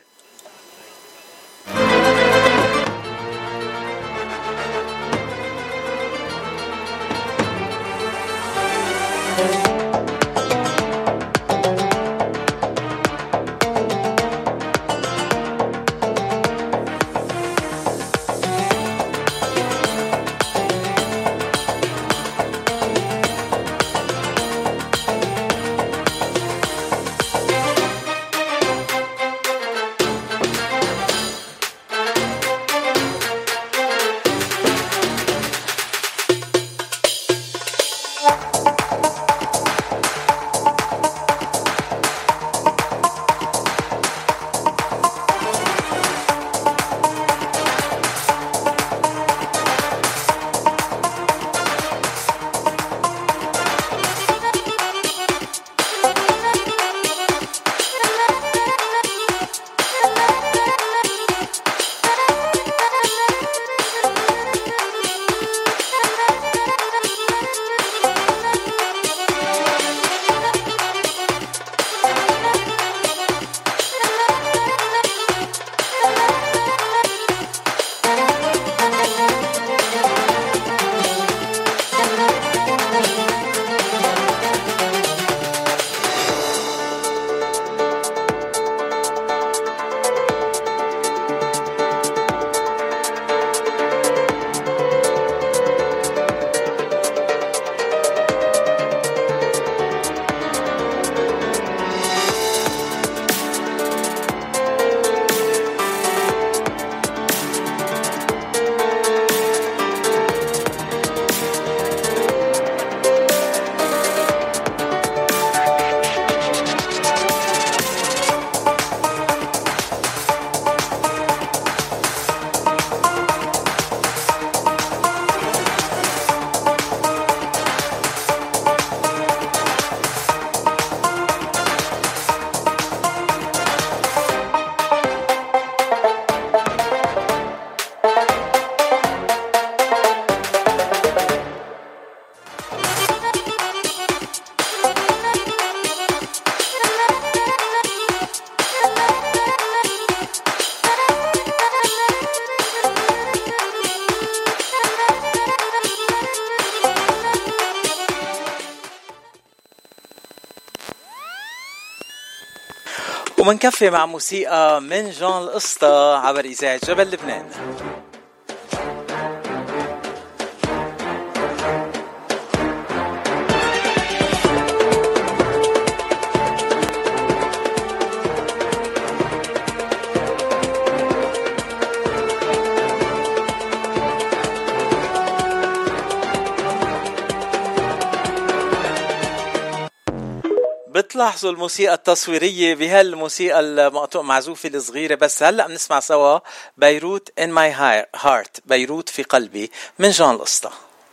ومنكفي مع موسيقى من جان القسطى عبر إذاعة جبل لبنان. بتلاحظوا الموسيقى التصويرية بهالموسيقى المقطوع معزوفة الصغيرة، بس هلأ بنسمع سوا بيروت in my heart، بيروت في قلبي من جان القسطى.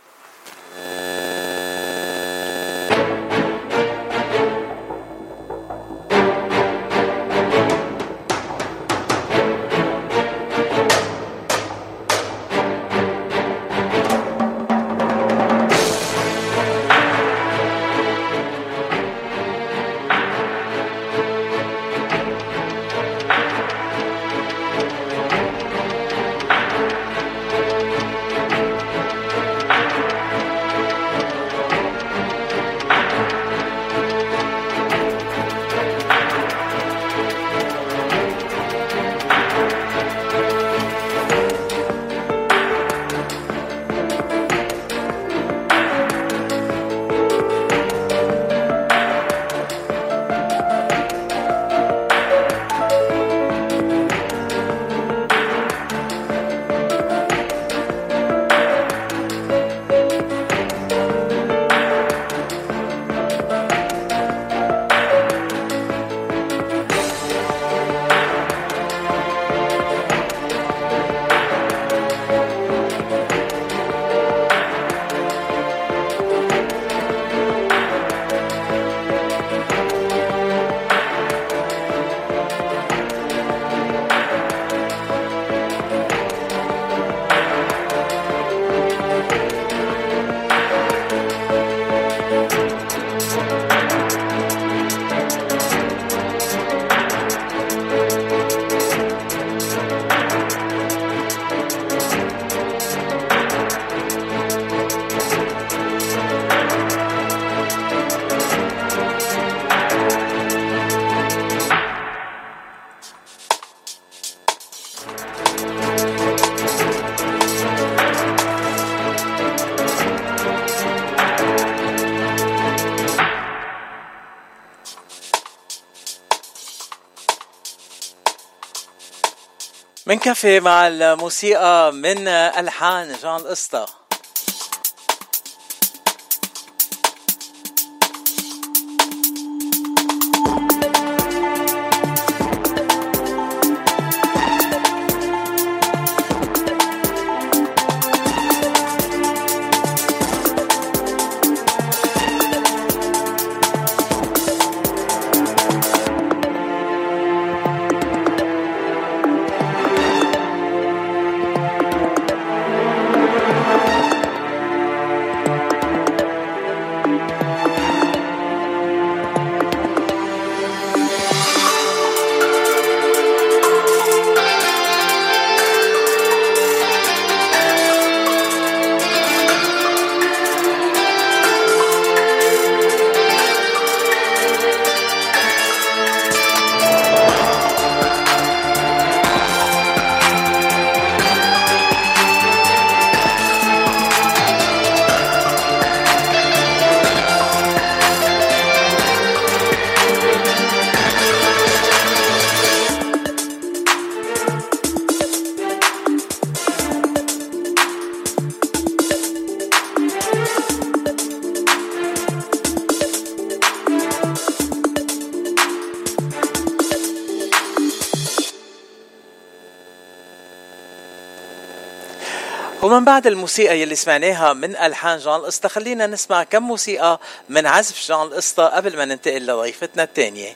منكفي مع الموسيقى من ألحان جان القسطى. ومن بعد الموسيقى يلي سمعناها من ألحان جان القسطى خلينا نسمع كم موسيقى من عزف جان القسطى قبل ما ننتقل لضيفتنا الثانية.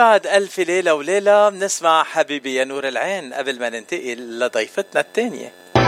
بعد ألف ليلة وليلة بنسمع حبيبي يا نور العين قبل ما ننتقل لضيفتنا الثانية.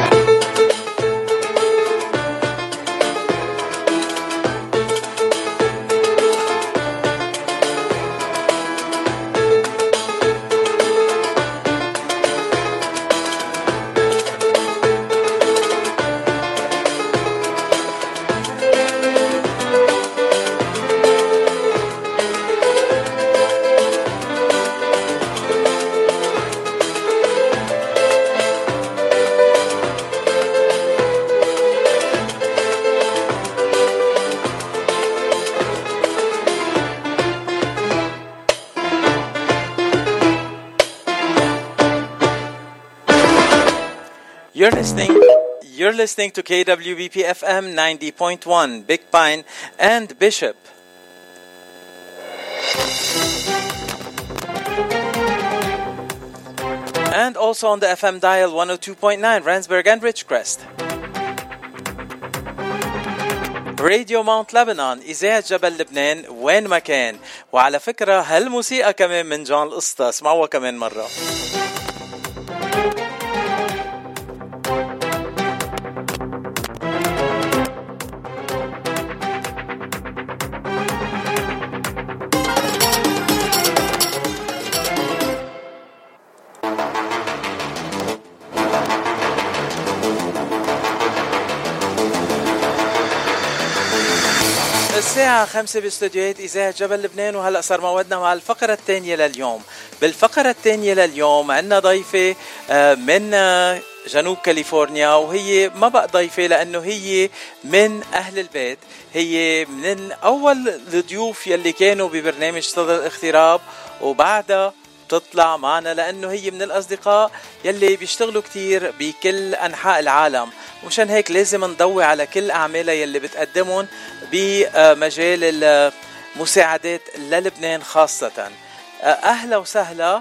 You're listening to KWBP FM 90.1 Big Pine and Bishop. And also on the FM dial 102.9 Randsburg and Ridgecrest. راديو ماونت لبنان إذاعة جبل لبنان وين ما كان. وعلى فكرة هالموسيقى كمان من جون القسطى، اسمعوها كمان مرة. الساعة 5 باستوديوهات إذاعة جبل لبنان، وهلأ صار موعدنا مع الفقرة الثانية لليوم. بالفقرة الثانية لليوم عندنا ضيفة من جنوب كاليفورنيا، وهي ما بقى ضيفة لأنه هي من أهل البيت. هي من أول الضيوف يلي كانوا ببرنامج صدى الاغتراب، وبعدها تطلع معنا لأنه هي من الأصدقاء يلي بيشتغلوا كتير بكل أنحاء العالم، ومشان هيك لازم نضوي على كل أعمالها يلي بتقدمهم بمجال المساعدات للبنان خاصة. أهلا وسهلا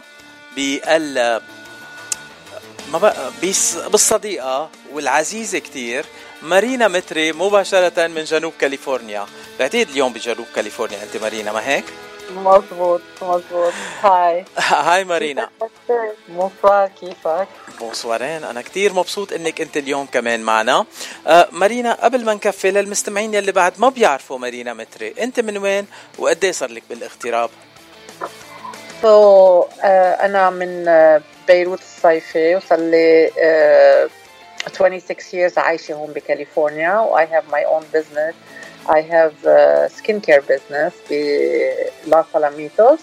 بالصديقة والعزيزة كتير مارينا متري مباشرة من جنوب كاليفورنيا. بعتقد اليوم بجنوب كاليفورنيا أنت مارينا، ما هيك؟ مظبوط. هاي مارينا. بونسوار، كيفك؟ بونسوارين، أنا كتير مبسوط إنك أنت اليوم كمان معنا. مارينا، قبل ما نكفي للمستمعين يلي بعد ما بيعرفوا مارينا متري، أنت من وين وقديه صار لك بالاغتراب؟ أنا من بيروت الصيفي، وصار لي 26 years عايشة هون بكاليفورنيا، و I have my own business. I have skincare business بلاس ألاميتوس.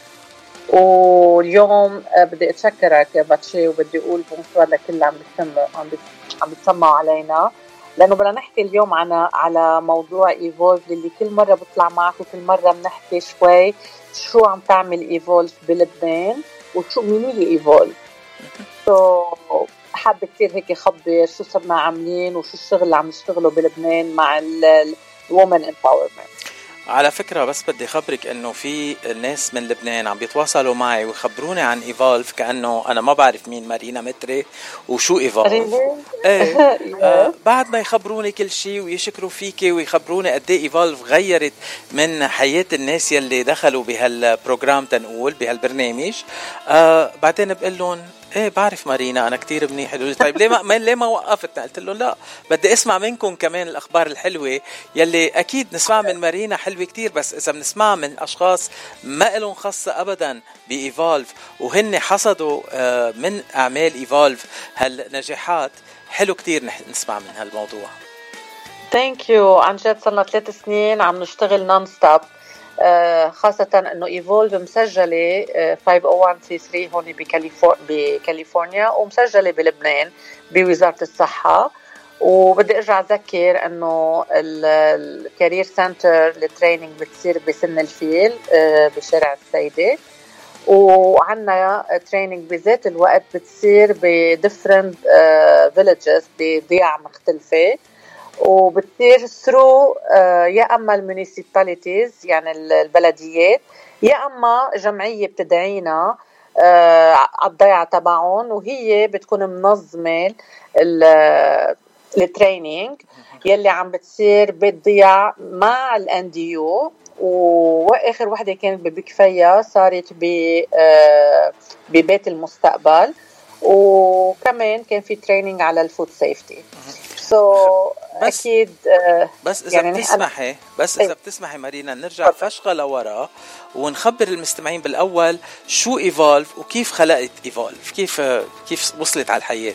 واليوم بدي أتشكرك يا باتشي، وبدي أقول بونسوار لكل عم بتسمعوا علينا، لأنه بدنا نحكي اليوم على موضوع إيفولف اللي كل مرة بطلع معك، وكل مرة بنحكي شوي شو عم تعمل إيفولف بلبنان وشو مين هي إيفولف. حابة كتير هيك خبر شو صرنا عاملين وشو الشغل اللي عم نشتغله بلبنان مع الومن empowerment. على فكرة بس بدي خبرك انه في ناس من لبنان عم بيتواصلوا معي ويخبروني عن ايفولف، كأنه انا ما بعرف مين مارينا متري وشو ايفولف. بعد ما يخبروني كل شيء ويشكروا فيكي ويخبروني قد ايه ايفولف غيرت من حياة الناس يلي دخلوا بهالبروجرام تنقول بهالبرنامج، بعدين بقول لهم ايه بعرف مارينا انا كتير منيح. قالوا لي طيب ليه ما وقفتنا؟ قلت لهم لا، بدي اسمع منكم كمان الاخبار الحلوه يلي اكيد نسمع من مارينا حلوه كتير، بس اذا بنسمع من اشخاص ما لهم خاصه ابدا بايفولف وهن حصدوا من اعمال ايفولف هالنجاحات، حلو كتير نسمع من هالموضوع. ثانك يو. عن جد صرنا 3 سنين عم نشتغل نون ستوب، خاصة انه ايفولف مسجلة 501c3 هون بكاليفورنيا، ومسجلة بلبنان بوزارة الصحة. وبدي ارجع اذكر انه الكارير سنتر التريننج بتصير بسن الفيل بشارع السيدة، وعنا تريننج بذات الوقت بتصير بديفرنت فيليجز بضياع مختلفة، وبتصير ثرو يا اما المونيسيباليتيز يعني البلديات، يا اما جمعيه بتدعينا على الضيعه تبعهم، وهي بتكون منظمه التريننج يلي عم بتصير بالضياع مع الNDU واخر وحده كانت ببكفية صارت ببيت المستقبل، وكمان كان في تريننج على الفود سيفتي. اكيد بس اذا يعني بتسمحي اذا بتسمحي مارينا نرجع فشقه لورا ونخبر المستمعين بالاول شو ايفولف وكيف خلقت ايفولف، كيف وصلت على الحياه.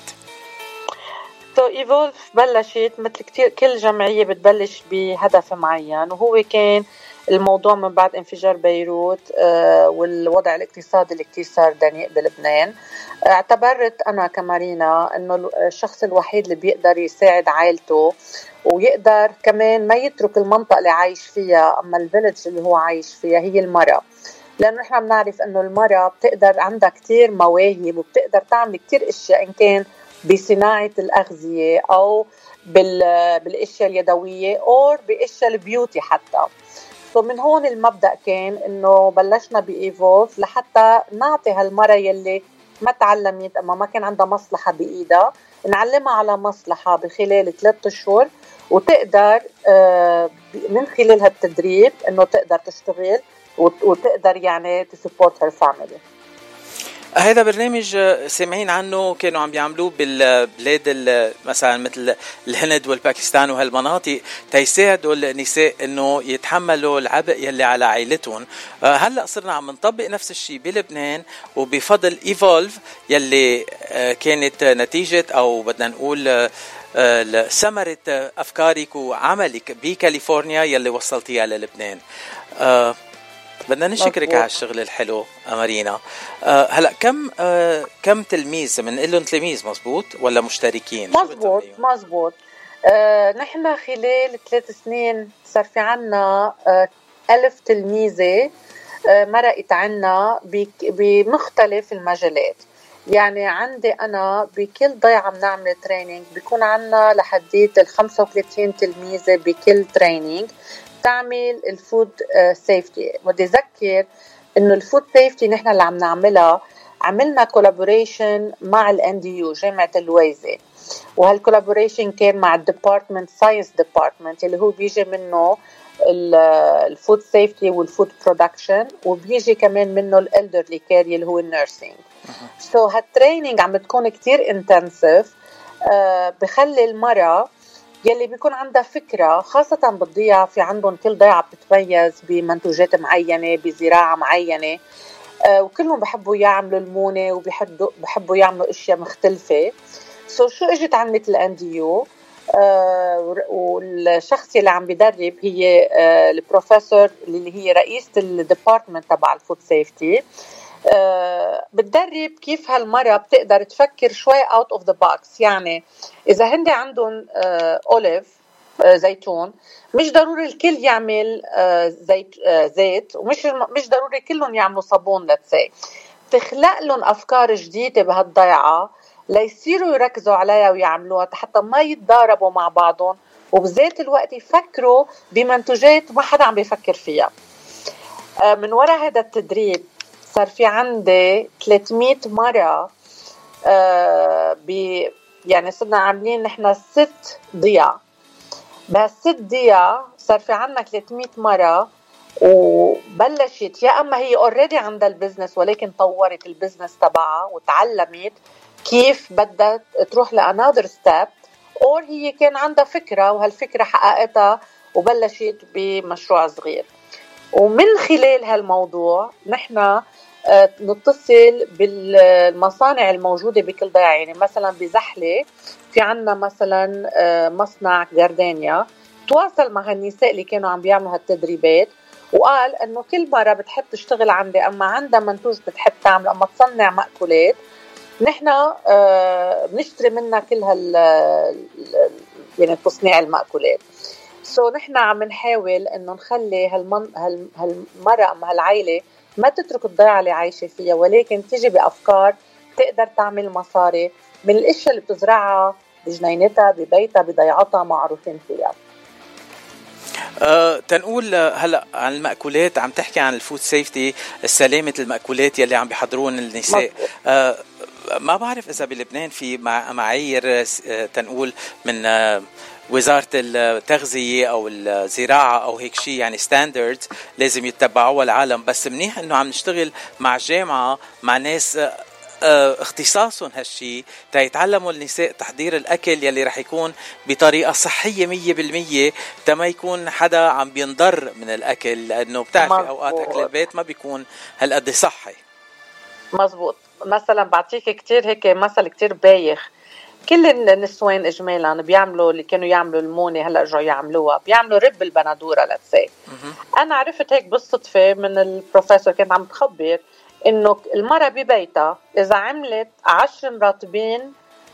ايفولف بلشت مثل كل جمعيه بتبلش بهدف معين، وهو كان الموضوع من بعد انفجار بيروت والوضع الاقتصادي اللي كتير صار دنيء بلبنان. اعتبرت أنا كمارينا أنه الشخص الوحيد اللي بيقدر يساعد عائلته ويقدر كمان ما يترك المنطقة اللي عايش فيها أما الفيلج اللي هو عايش فيها هي المرأة، لأنه نحن بنعرف أنه المرأة بتقدر عندها كتير مواهب وبتقدر تعمل كتير أشياء، إن كان بصناعة الأغذية أو بالأشياء اليدوية أو بأشياء البيوتي حتى. فمن هون المبدأ كان إنه بلشنا بإيفولف لحتى نعطي هالمرة يلي ما تعلمت أما ما كان عندها مصلحة بإيدها، نعلمها على مصلحة بخلال 3 أشهر، وتقدر من خلال هالتدريب إنه تقدر تشتغل وتقدر يعني تسبورت هير فاميلي. هذا برنامج سامعين عنه كانوا عم بيعملوه بالبلاد مثلا مثل الهند والباكستان وهالمناطق تيساعدوا النساء انه يتحملوا العبء يلي على عائلتهم. هلا صرنا عم نطبق نفس الشيء بلبنان، وبفضل ايفولف يلي كانت نتيجة او بدنا نقول ثمرة افكارك وعملك بكاليفورنيا يلي وصلتيها للبنان. بدنا نشكرك على الشغل الحلو مارينا. هلا كم تلميذ بنقول لهم تلميذ مزبوط ولا مشتركين؟ مزبوط. نحن خلال 3 سنين صار في عنا 1000 تلميذة مرقت عنا بمختلف المجالات. يعني عندي أنا بكل ضيعة بنعمل تريننج بيكون عنا لحديت 35 تلميذة بكل تريننج تعمل الفود سيفتي. بدي أذكر إنه الفود سيفتي نحن اللي عم نعملها عملنا كولابوريشن مع الNDU جامعة الويزة، وهالكولابوريشن كان مع الديبارتمنت ساينس ديبارتمنت اللي هو بيجي منه الفود سيفتي والفود برودكشن، وبيجي كمان منه الالدرلي كير اللي هو النيرسينج. هالتريننج عم تكون كتير انتنسيف، بخلي المرأة يلي بيكون عندها فكرة، خاصة بالضيعة في عندهم كل ضيعة بتتميز بمنتوجات معينة بزراعة معينة، وكلهم بحبوا يعملوا المونة وبحبوا يعملوا اشياء مختلفة. شو اجت عملت الNDU والشخص اللي عم بدرب هي البروفيسور اللي هي رئيسة الديبارتمنت تبع الفود سيفتي، بتدرب كيف هالمرة بتقدر تفكر شوي out of the box. يعني إذا هندي عندهم أوليف زيتون مش ضروري الكل يعمل زيت، ومش ضروري كلهم يعملوا صابون. تخلق لهم أفكار جديدة بهالضيعة ليصيروا يركزوا عليها ويعملوها حتى ما يتضاربوا مع بعضهم، وبذات الوقت يفكروا بمنتوجات ما حدا عم بيفكر فيها. من وراء هذا التدريب صار في عندي 300 مرة يعني صرنا عاملين نحن 6 ضياع. بهال6 ضياع صار في عنا 300 مرة، وبلشت يا أما هي already عندها البزنس ولكن طورت البزنس تبعها وتعلمت كيف بدها تروح لأنادر ستيب، أو هي كان عندها فكرة وهالفكرة حققتها وبلشت بمشروع صغير. ومن خلال هالموضوع نحن نتصل بالمصانع الموجودة بكل ضيعة. يعني مثلا بزحلة في عنا مثلا مصنع جاردينيا تواصل مع النساء اللي كانوا عم بيعملوا هالتدريبات، وقال انه كل مرة بتحب تشتغل عندي اما عندها منتوج بتحب تعمل اما تصنع مأكولات، نحن بنشتري منها كل يعني تصنيع المأكولات. نحن عم نحاول انه نخلي هالمرأة اما هالعائلة ما تترك الضيعة اللي عايشة فيها، ولكن تيجي بأفكار تقدر تعمل مصاري من الاشياء اللي بتزرعها بجنينتها ببيتها بضيعتها معروفين فيها. تنقول هلا عن المأكولات، عم تحكي عن الفود سيفتي، سلامة المأكولات يلي عم بيحضرون النساء. ما بعرف إذا بلبنان في معايير تنقول من وزارة التغذية أو الزراعة أو هيك شيء، يعني ستاندردز لازم يتبعوها العالم. بس منيح إنه عم نشتغل مع جامعة مع ناس اختصاصهم هالشي تيتعلموا النساء تحضير الأكل يلي رح يكون بطريقة صحية 100%، تما يكون حدا عم بينضر من الأكل، لأنه بتعرفي أوقات أكل البيت ما بيكون هالقد صحي. مزبوط. مثلا بعطيك كتير هيك مثل كتير بايخ، كل النسوان اجمالا بيعملوا اللي كانوا يعملوا المونه هلا رجعوا يعملوها، بيعملوا رب البندوره لتسي. انا عرفت هيك بالصدفه من البروفيسور كانت عم تخبر انه المرأة ببيتها اذا عملت 10 مرطبين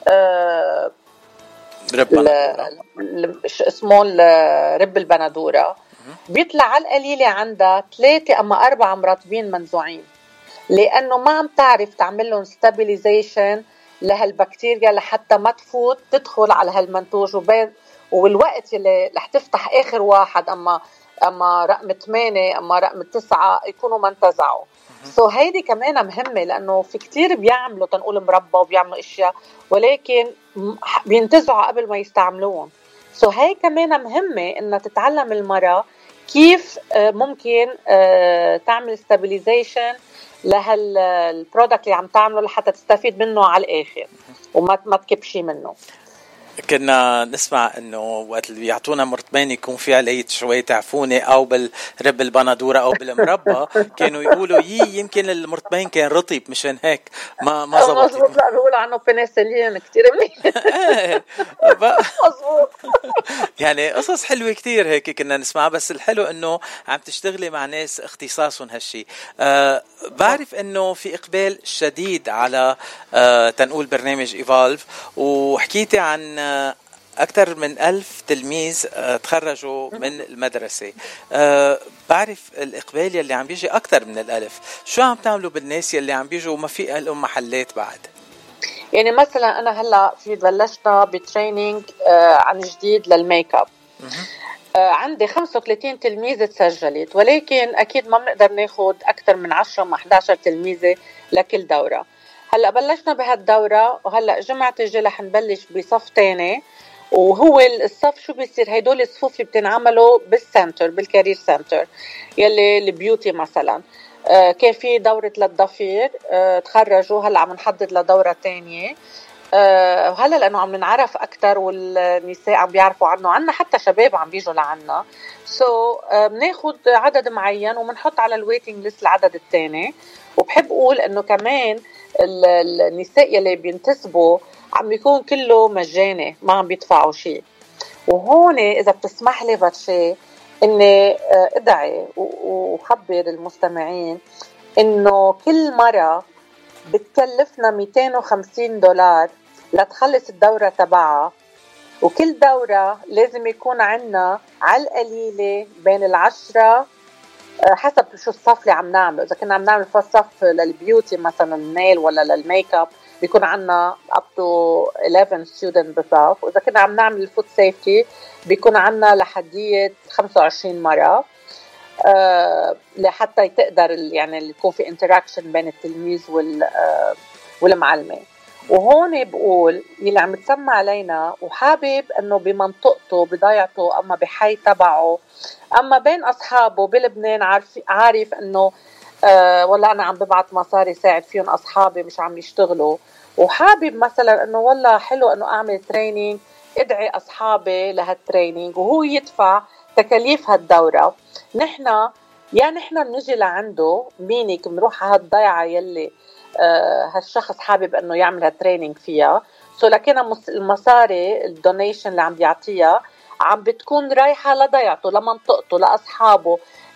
اسمه رب البندوره، بيطلع على القليله عندها 3 أما 4 مرطبين منزوعين، لانه ما عم تعرف تعمل لهم ستابيليزيشن لهالبكتيريا لحتى ما تفوت تدخل على هالمنتوج، والوقت اللي رح تفتح اخر واحد اما رقم 8 اما رقم 9 يكونوا ما انتزعوا. هيدي كمان مهمه، لانه في كتير بيعملوا تنقول مربى وبيعملوا اشياء ولكن بينتزعوا قبل ما يستعملوهم. هي كمان مهمه انها تتعلم المرأة كيف ممكن تعمل ستابيليزيشن لهالبرودكت اللي عم تعمله لحتى تستفيد منه على الاخر وما تكبشي منه. كنا نسمع انه وقت اللي بيعطونا مرطبين يكون في عليه شويه عفونه او بالرب البندوره او بالمربى، كانوا يقولوا يمكن المرطبين كان رطب مشان هيك ما زبط. مظبوط. لا بيقولوا عنه بنسلين كتير منيح. مظبوط. يعني قصص حلوه كتير هيك كنا نسمعها، بس الحلو انه عم تشتغلي مع ناس اختصاصهم هالشي. بعرف انه في اقبال شديد على تنقول برنامج ايفولف، وحكيتي عن أكثر من 1000 تلميذ تخرجوا من المدرسة. بعرف الإقبال يلي عم بيجي أكثر من 1000. شو عم تعملوا بالناس يلي عم بيجوا وما في لهم محلات بعد؟ يعني مثلا أنا هلأ في بلشنا بترينينج عن جديد للميك اب. عندي 35 تلميذة تسجلت، ولكن أكيد ما بنقدر ناخد أكثر من 10 مع 11 تلميذة لكل دورة. هلأ بلشنا بهالدورة، وهلأ جمعة الجاي رح نبلش بصف تاني، وهو الصف شو بيصير؟ هيدول الصفوف اللي بتنعملوا بالسنتر، بالكارير سنتر يلي البيوتي مثلا. كان في دورة للضفير تخرجوا، هلأ عم نحضر لدورة تانية. وهلأ لأنه عم نعرف أكتر والنساء عم بيعرفوا عنا حتى شباب عم بيجوا لعنا، بناخد عدد معين وبنحط على الويتنج ليست العدد التاني. وبحب أقول إنه كمان النساء يلي بينتسبوا عم بيكون كله مجاني، ما عم بيدفعوا شيء. وهون إذا بتسمح لي باتشي إني أدعي وخبر المستمعين إنه كل مرة بتكلفنا $250 لتخلص الدورة تبعها، وكل دورة لازم يكون عنا على القليلة بين 10 حسب شو الصف اللي عم نعمله. إذا كنا عم نعمل صف للبيوتي مثلا النيل ولا للميك اب بيكون عنا up to 11 student بصف، وإذا كنا عم نعمل الفود سيفتي بيكون عنا لحدية 25 مرة لحتى تقدر يعني يكون في interaction بين التلميذ والمعلمة. وهون بقول اللي عم تسمع علينا وحابب انه بمنطقته بضيعته اما بحي تبعه اما بين اصحابه بلبنان عارف انه والله انا عم ببعت مصاري ساعد فيهم اصحابي مش عم يشتغلوا، وحابب مثلا انه والله حلو انه اعمل تريننج، ادعي اصحابي لهالتريننج وهو يدفع تكاليف هالدورة. نحن بنجي لعنده مينك بنروح على هالضيعة يلي هالشخص حابب انه يعمل هالتريننج فيها. لكن المصاري الدونيشن اللي عم بيعطيها عم بتكون رايحة لضيعته لمنطقته لأصحابه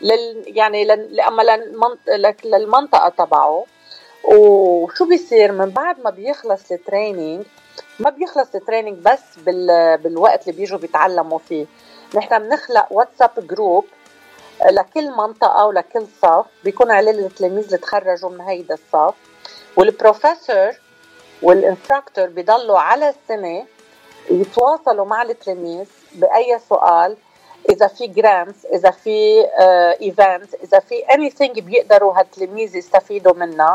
للمنطقة تبعه. وشو بيصير من بعد ما بيخلص التريننج؟ ما بيخلص التريننج بس بالوقت اللي بيجوا بيتعلموا فيه. نحن بنخلق واتساب جروب لكل منطقة ولكل صف بيكون عليه التلاميذ اللي تخرجوا من هيدا الصف، والبروفيسور والانستراكتور بيضلوا على السنة يتواصلوا مع التلاميذ بأي سؤال، إذا في جرانتس، إذا في ايفنت، إذا في anything بيقدروا هالتلاميذ يستفيدوا منها.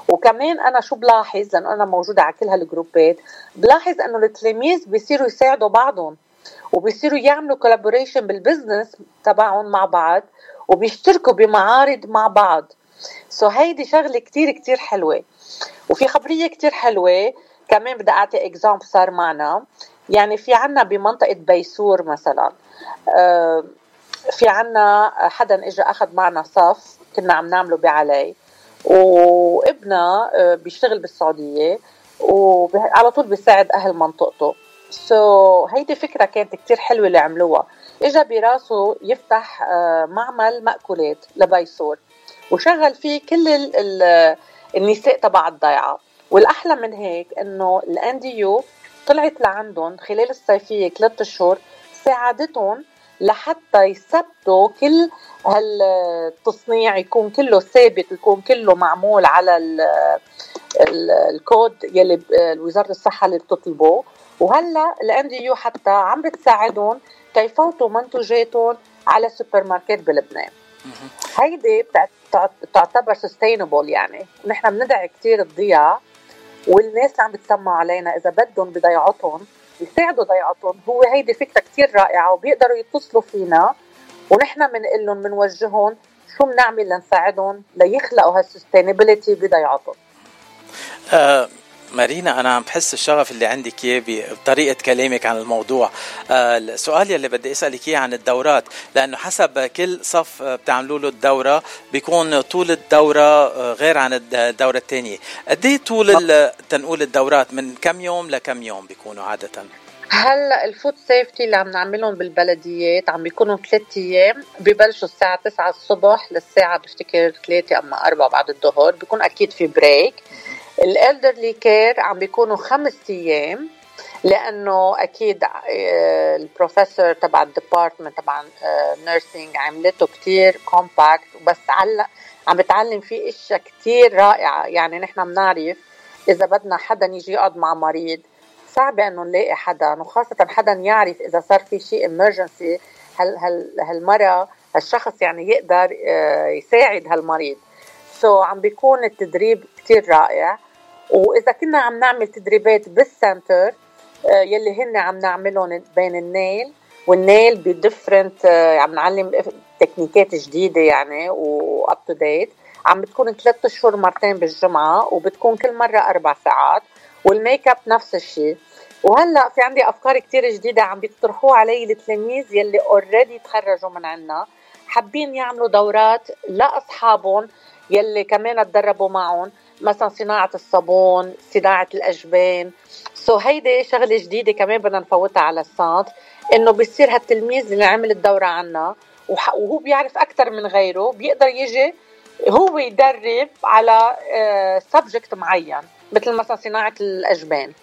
وكمان أنا شو بلاحظ، لأن أنا موجودة على كل هالجروبات، بلاحظ أنه التلاميذ بيصيروا يساعدوا بعضهم وبيصيروا يعملوا collaboration بالبزنس تبعهم مع بعض وبيشتركوا بمعارض مع بعض. هيدي شغلة كتير كتير حلوة. وفي خبرية كتير حلوة كمان بدي أعطي إكزامبل صار معنا. يعني في عنا بمنطقة بيسور مثلا، في عنا حدا إجا أخذ معنا صف كنا عم نعمله بعلي، وابننا بيشتغل بالسعودية وعلى طول بيساعد أهل منطقته. هيدي فكرة كانت كتير حلوة اللي عملوها. إجا براسه يفتح معمل مأكولات لبيسور وشغل فيه كل النساء تبع الضيعة. والأحلى من هيك إنه الأنديو طلعت لعندهم خلال الصيفية 3 أشهر، ساعدتهم لحتى يثبتوا كل هالتصنيع يكون كله ثابت ويكون كله معمول على الكود يلي وزارة الصحة اللي بتطلبه. وهلا الأنديو حتى عم بتساعدهم كيفوتوا منتوجاتهم على السوبر ماركت بلبنان. هيدي تعتبر sustainable. يعني نحن بندعي كتير الضياع، والناس اللي عم بتسمعوا علينا إذا بدهم بضيعتهم يساعدوا ضيعتهم. هو هيدي فكرة كتير رائعة وبيقدروا يتصلوا فينا ونحن منقلهم منوجههم شو بنعمل لنساعدهم ليخلقوا هالسستينابيليتي بضيعتهم. مارينا، أنا عم بحس الشغف اللي عندك إياه بطريقة كلامك عن الموضوع. السؤال يلي بدي أسألك إياه عن الدورات، لأنه حسب كل صف بتعملوا له الدورة بيكون طول الدورة غير عن الدورة الثانية. قد إيه طول تنقول الدورات؟ من كم يوم لكم يوم بيكونوا عادة؟ هلا الفود سيفتي اللي عم نعملهم بالبلديات عم بيكونوا 3 أيام، ببلشوا الساعة 9 الصبح للساعة بفتكر 3 أما 4 بعد الظهر، بيكون أكيد في بريك. الالدرلي كير عم بيكونوا 5 أيام، لأنه أكيد البروفيسور تبع الديبارتمنت تبع نيرسينج عملته كتير كومباكت، وبس عم بتعلم فيه اشياء كتير رائعة. يعني نحن بنعرف إذا بدنا حدا يجي يقعد مع مريض صعب أنه نلاقي حدا، وخاصة حدا يعرف إذا صار في شيء emergency هالمرة هالشخص يعني يقدر يساعد هالمريض. عم بيكون التدريب كتير رائع. وإذا كنا عم نعمل تدريبات بالسنتر يلي هن عم نعملهم بين النيل والنيل بديفرنت، عم نعلم تكنيكات جديدة يعني واب تو ديت. عم بتكون 3 أشهر مرتين بالجمعة، وبتكون كل مرة 4 ساعات، والميك اب نفس الشيء. وهلأ في عندي أفكار كتير جديدة عم بيقترحوها علي التلاميذ يلي اوريدي تخرجوا من عنا، حابين يعملوا دورات لأصحابهم يلي كمان تدربوا معهم، مثلا صناعة الصابون، صناعة الأجبان. هيدي شغلة جديدة كمان بدنا نفوتها على السنتر، إنه بيصير هالتلميذ اللي عمل الدورة عنا وهو بيعرف أكتر من غيره بيقدر يجي هو يدرب على سبجكت معين، مثل مثلا صناعة الأجبان.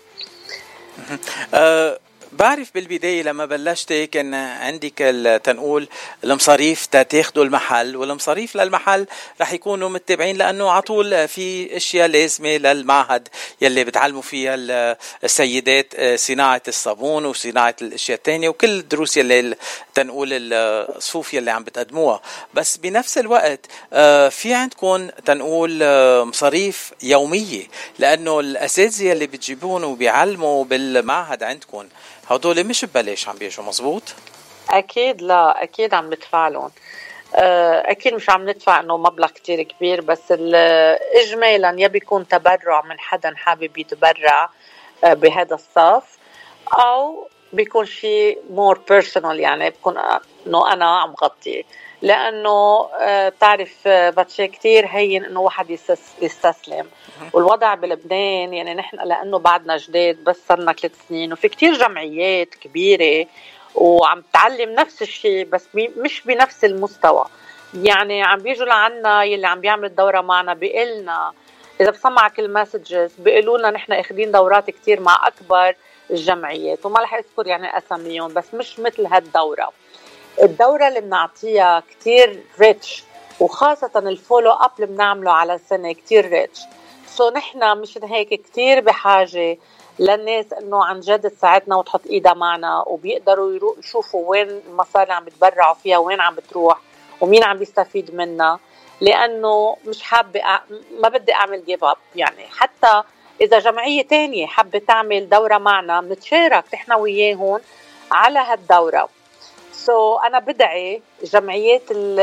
بعرف بالبداية لما بلشتي كان عندك تنقول المصاريف تاخدوا المحل، والمصاريف للمحل رح يكونوا متبعين لأنه عطول في أشياء لازمة للمعهد يلي بتعلموا فيها السيدات صناعة الصابون وصناعة الأشياء التانية وكل الدروس يلي تنقول الصفوف يلي عم بتقدموها. بس بنفس الوقت في عندكم تنقول مصاريف يومية، لأنه الأساتذة يلي بتجيبون وبيعلموا بالمعهد عندكم هدول مش ببلاش عم بيجوا، مزبوط؟ أكيد لا، أكيد عم ندفع لهم. أكيد مش عم ندفع إنه مبلغ كتير كبير، بس إجمالا يا بيكون تبرع من حدا حابب يتبرع بهذا الصف، أو بيكون شيء more personal، يعني بيكون إنه أنا عم غطي، لأنه تعرف باتشي كتير هين إنه واحد يستسلم. والوضع بلبنان يعني نحن لأنه بعدنا جديد بس صرنا 3 سنين، وفي كتير جمعيات كبيرة وعم تعلم نفس الشيء بس مش بنفس المستوى. يعني عم بيجوا لعنا يلي عم بيعمل الدورة معنا بيقلنا إذا بسمعك المسجز بيقولونا نحن اخدين دورات كتير مع أكبر الجمعيات، وما رح أذكر يعني أساميهم، بس مش مثل هالدورة. الدورة اللي بنعطيها كتير ريتش، وخاصة الفولو أب اللي بنعمله على سنة كتير ريتش. نحن مش هيك كتير بحاجة للناس إنه عن جد تساعدنا وتحط إيدها معنا، وبيقدروا يشوفوا وين المصاري عم بتبرعوا فيها، وين عم بتروح، ومين عم بيستفيد منها. لأنه مش حابة ما بدي أعمل جيف أب. يعني حتى إذا جمعية تانية حابة تعمل دورة معنا بنتشارك نحن وياهم على هالدورة. أنا بدعي الجمعيات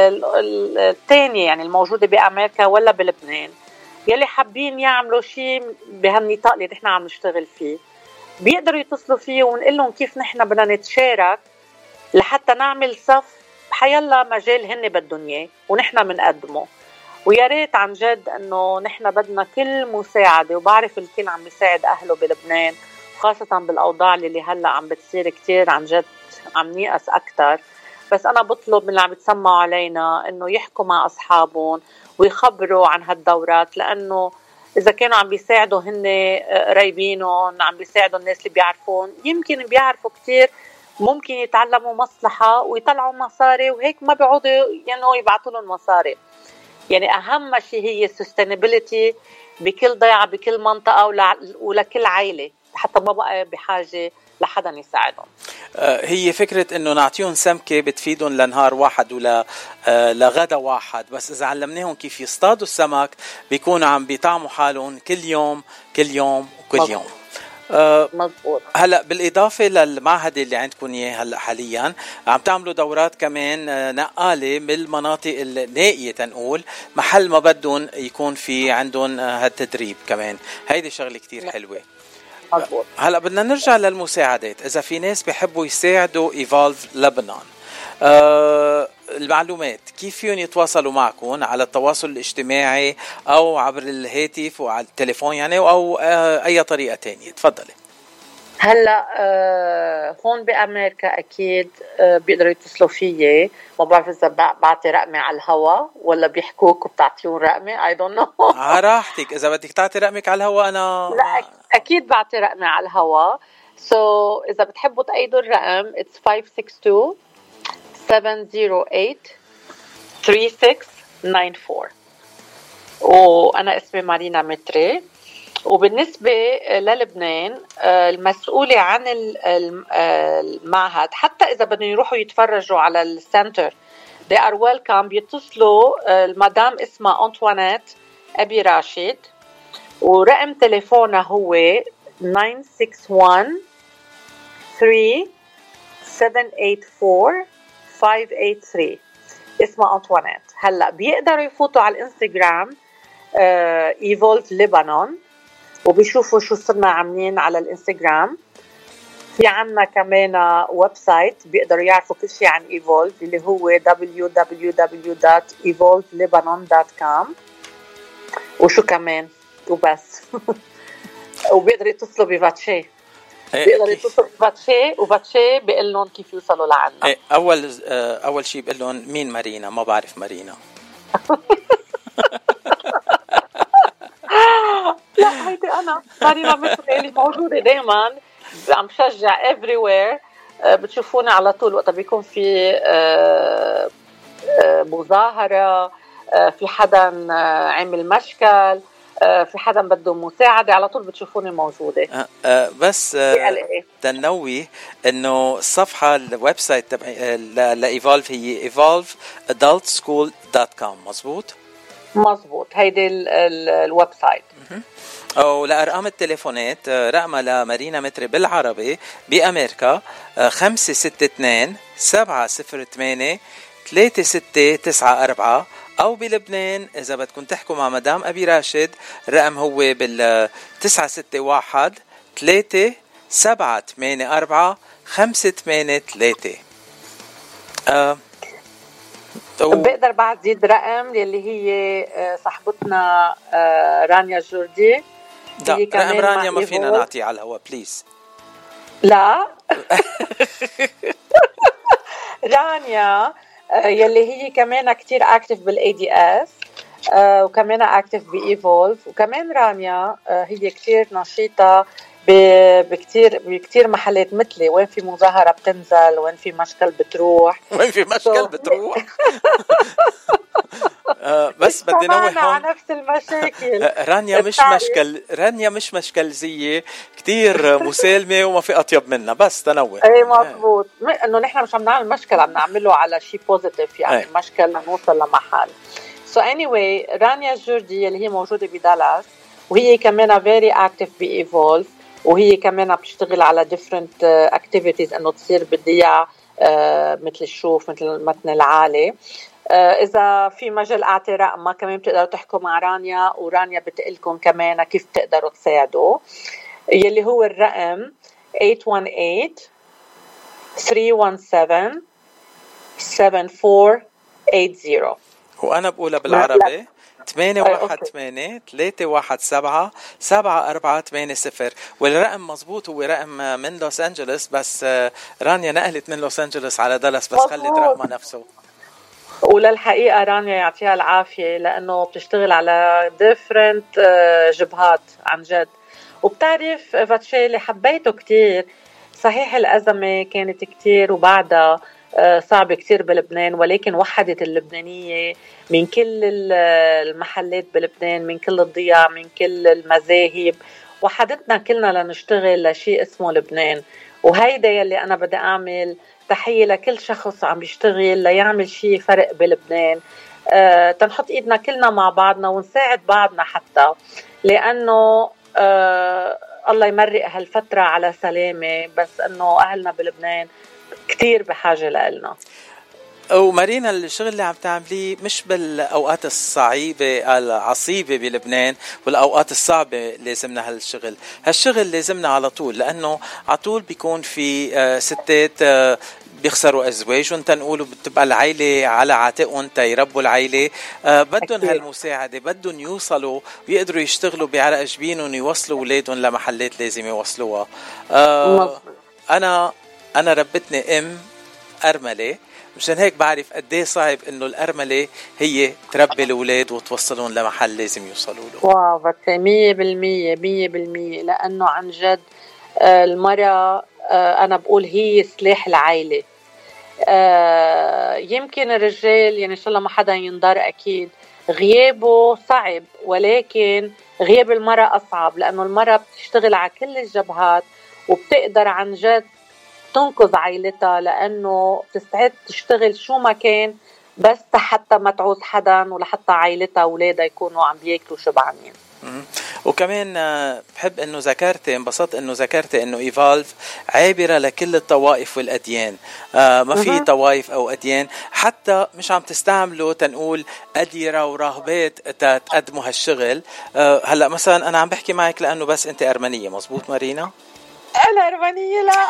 التانية يعني الموجودة بأمريكا ولا بلبنان يلي حابين يعملوا شيء بهالنطاق اللي نحن عم نشتغل فيه بيقدروا يتصلوا فيه ونقول لهم كيف نحن بدنا نتشارك لحتى نعمل صف بحيالله مجال هن بدهم اياه ونحن بنقدمه. ويا ريت عن جد انه نحن بدنا كل مساعده، وبعرف الكل عم يساعد اهله بلبنان خاصه بالاوضاع اللي هلا عم بتصير كتير عن جد عم نيأس اكثر. بس انا بطلب من اللي عم يتسمعوا علينا انه يحكوا مع اصحابهم ويخبروا عن هالدورات، لانه إذا كانوا عم بيساعدوا هن قريبينهم عم بيساعدوا الناس اللي بيعرفون يمكن بيعرفوا كتير ممكن يتعلموا مصلحة ويطلعوا مصاري وهيك ما بيعودوا يعني يبعثوا لهم مصاري. يعني أهم شيء هي sustainability بكل ضيعة بكل منطقة ولكل عائلة حتى ما بقى بحاجة لحدا يساعدهم. هي فكرة انه نعطيهم سمكة بتفيدهم لنهار واحد ولا لغدا واحد، بس اذا علمناهم كيف يصطادوا السمك بيكونوا عم بيطعموا حالهم كل يوم كل يوم وكل يوم. مضبوط. هلا بالاضافه للمعهد اللي عندكم اياه هلا حاليا عم تعملوا دورات كمان نقاله من المناطق النائيه تنقول محل ما بدهم يكون في عندهم هالتدريب كمان. هيدي شغله كتير حلوه. مضبوط. هلا بدنا نرجع للمساعدات. اذا في ناس بيحبوا يساعدوا ايفولف لبنان المعلومات كيف فيهم يتواصلوا معكم على التواصل الاجتماعي او عبر الهاتف وعلى التليفون يعني او اي طريقه تانية؟ تفضلي. هلا هون بامريكا اكيد بيقدروا يتصلوا فيي. ما بعرف اذا بعطي رقمي على الهوا ولا بيحكوك وبتعطيهم رقمي. I don't know. على راحتك. اذا بدك تعطي رقمك على الهوا انا لا اكيد بعطي رقمي على الهوا. اذا بتحبوا تأيدوا الرقم it's 562-708-3694 وانا اسمي مارينا متري. وبالنسبة للبنان المسؤولة عن المعهد حتى إذا بدهم يروحوا يتفرجوا على السنتر they are welcome. بيتصلوا المدام اسمها أنطوانيت أبي راشد ورقم تليفونها هو 961-3784-583. اسمها أنطوانيت. هلأ بيقدروا يفوتوا على الانستغرام ايفولف لبنان وبيشوفوا شو صرنا عاملين على الانستغرام. في عنا كمان ويب سايت بيقدروا يعرفوا كل شيء عن ايفولف اللي هو www.evolvelebanon.com وشو كمان وبس. وبيقدروا يتصلوا بفاتشي. بيقدروا يتصلوا بفاتشي وفاتشي بيقول لهم كيف يوصلوا لعنا. اول شيء بقول لهم مين مارينا. ما بعرف مارينا. لا هيدي أنا مارينا متري اللي موجودة دايما عم شجع everywhere. بتشوفوني على طول وقت بيكون في مظاهرة في حدا عمل مشكل في حدا بده مساعدة على طول بتشوفوني موجودة. بس تنوي انه الصفحة الويب سايت لإيفولف هي evolveadultschool.com. مزبوط هيدي الويب سايت. أو لأرقام التليفونات رقمها لمارينا متري بالعربي بأمريكا 562-708-3694 أو بلبنان إذا بدكم تحكوا مع مدام أبي راشد الرقم هو بال 961-3784-583. بقدر بعد زيد رقم اللي هي صاحبتنا رانيا جوردي. لا رقم رانيا ما فينا نعطيه على الهواء بليز. لا رانيا يلي هي كمان كتير اكتف بالADS وكمان اكتف بإيفولف. وكمان رانيا هي كتير نشيطة بكتير محلات مثلي وين في مظاهرة بتنزل وين في مشكل بتروح وين في مشكل بتروح. بس بدي نوه هون على نفس المشاكل. رانيا مش مشكل زي كتير مسالمة وما في أطيب منها. بس تنوه. اي مضبوط انه نحن مش عم نعمل مشكل عم نعمله على شيء بوزيتيف يعني مشكل لنوصل لمحل. So anyway, رانيا الجردي اللي هي موجودة بدالاس وهي كمان very active بإيفولف وهي كمان بتشتغل على different activities انه تصير بالضياع مثل الشوف مثل المتن العالي. إذا في مجال أعطي رقمها كمان بتقدروا تحكوا مع رانيا ورانيا بتقلكم كمان كيف تقدروا تساعدوا يلي هو الرقم 818-317-7480. وأنا بقولها بالعربي 818-317-7480 والرقم مزبوط هو رقم من لوس أنجلوس بس رانيا نقلت من لوس أنجلوس على دالاس بس خلت رقمها نفسه. وللحقيقة رانيا يعطيها العافية لأنه بتشتغل على different جبهات عن جد. وبتعرف فاتشي اللي حبيته كتير صحيح الأزمة كانت كتير وبعدها صعب كتير بلبنان ولكن وحدت اللبنانية من كل المحلات بلبنان من كل الضياع من كل المذاهب وحدتنا كلنا لنشتغل لشيء اسمه لبنان. وهيدا يلي أنا بدي أعمل تحية لكل شخص عم بيشتغل ليعمل شيء فرق بلبنان تنحط إيدنا كلنا مع بعضنا ونساعد بعضنا حتى لأنه الله يمرق هالفترة على سلامة بس أنه أهلنا بلبنان كتير بحاجة لنا. ومارينا الشغل اللي عم تعمليه مش بالأوقات الصعيبة العصيبة بلبنان والأوقات الصعبة لازمنا هالشغل لازمنا على طول لأنه على طول بيكون في ستات بيخسروا أزواجهم تنقولوا بتبقى العائلة على عاتقهم تيربوا العائلة بدهم هالمساعدة بدهم يوصلوا ويقدروا يشتغلوا بعرق جبينهم يوصلوا أولادهم لمحلات لازم يوصلوها. أنا ربتني أرملة مشان هيك بعرف قديه صعب انه الأرملة هي تربي الأولاد وتوصلهم لمحل لازم يوصلوا له. واو 100% لأنه عن جد المرأة أنا بقول هي سلاح العائلة. يمكن الرجال يعني إن شاء الله ما حدا ينضر أكيد غيابه صعب ولكن غياب المرأة أصعب لأنه المرأة بتشتغل على كل الجبهات وبتقدر عن جد تنقذ عائلتها لأنه بتستعد تشتغل شو ما كان بس حتى ما تعوز حدا ولحتى عائلتها وولادها يكونوا عم بياكلوا شبعانين. وكمان بحب انه انبسطت انه ذكرتي انه ايفولف عابرة لكل الطوائف والأديان. ما في طوائف او أديان حتى مش عم تستعملوا تنقول أديرة وراهبات تقدموا هالشغل. هلأ مثلا انا عم بحكي معك لانه بس انت أرمنية مزبوط مارينا؟ أنا أرمنية لا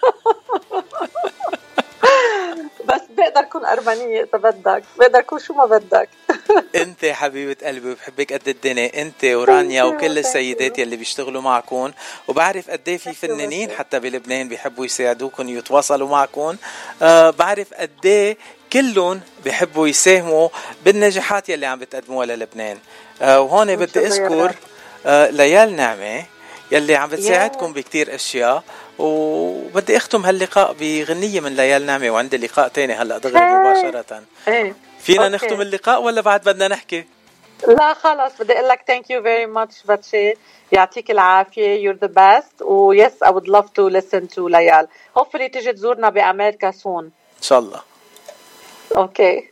بس بقدر أكون أرمنية إذا بدك بقدر أكون شو ما بدك. أنت حبيبة قلبي وبحبك قد الدنيا أنت ورانيا وكل السيدات يلي بيشتغلوا معكم وبعرف قديه في فنانين حتى بلبنان بيحبوا يساعدوكم يتواصلوا معكم. بعرف قديه كلهم بيحبوا يساهموا بالنجاحات يلي عم بتقدموها للبنان. وهون بدي أذكر ليال نعمة يلي عم بتساعدكم بكتير أشياء وبدي أختم هاللقاء بغنية من ليال نعمة وعندي لقاء تاني هلأ دغري مباشرة. فينا نختم اللقاء ولا بعد بدنا نحكي؟ لا خلاص بدي أقول لك thank you very much باتشي يعطيك العافية you're the best و yes I would love to listen to ليال hopefully تيجي تزورنا بأمريكا soon إن شاء الله. أوكي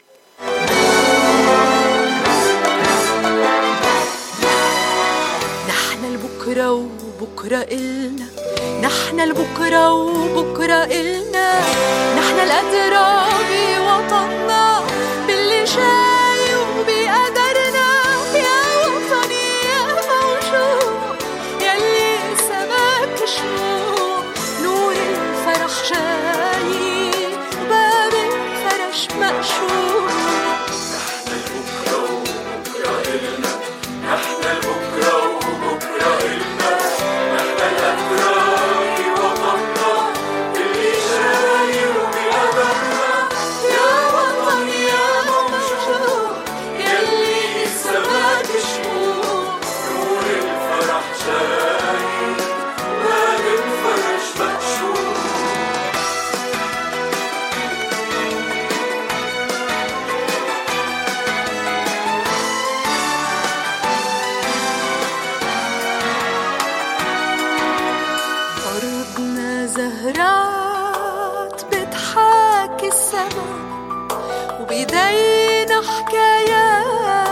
نحن البكرة وبكرة إلنا نحن البكرة وبكرة إلنا نحن الأدرى بوطننا باللي جاي وبقدرنا يا وطني يا موجود يلي سماك شموع نور الفرح جاي وباب الفرج مقشوع. نحن البكرة وبكرة إلنا نحن البكرة وبكرة إلنا نحن الأدرى بوطننا باللي جاي وبقدرنا يا وطني يا موجود يلي سماك شموع نور الفرح جاي باب الفرج مقشوع. زهرات بتحاكي السما وبيدينا حكايات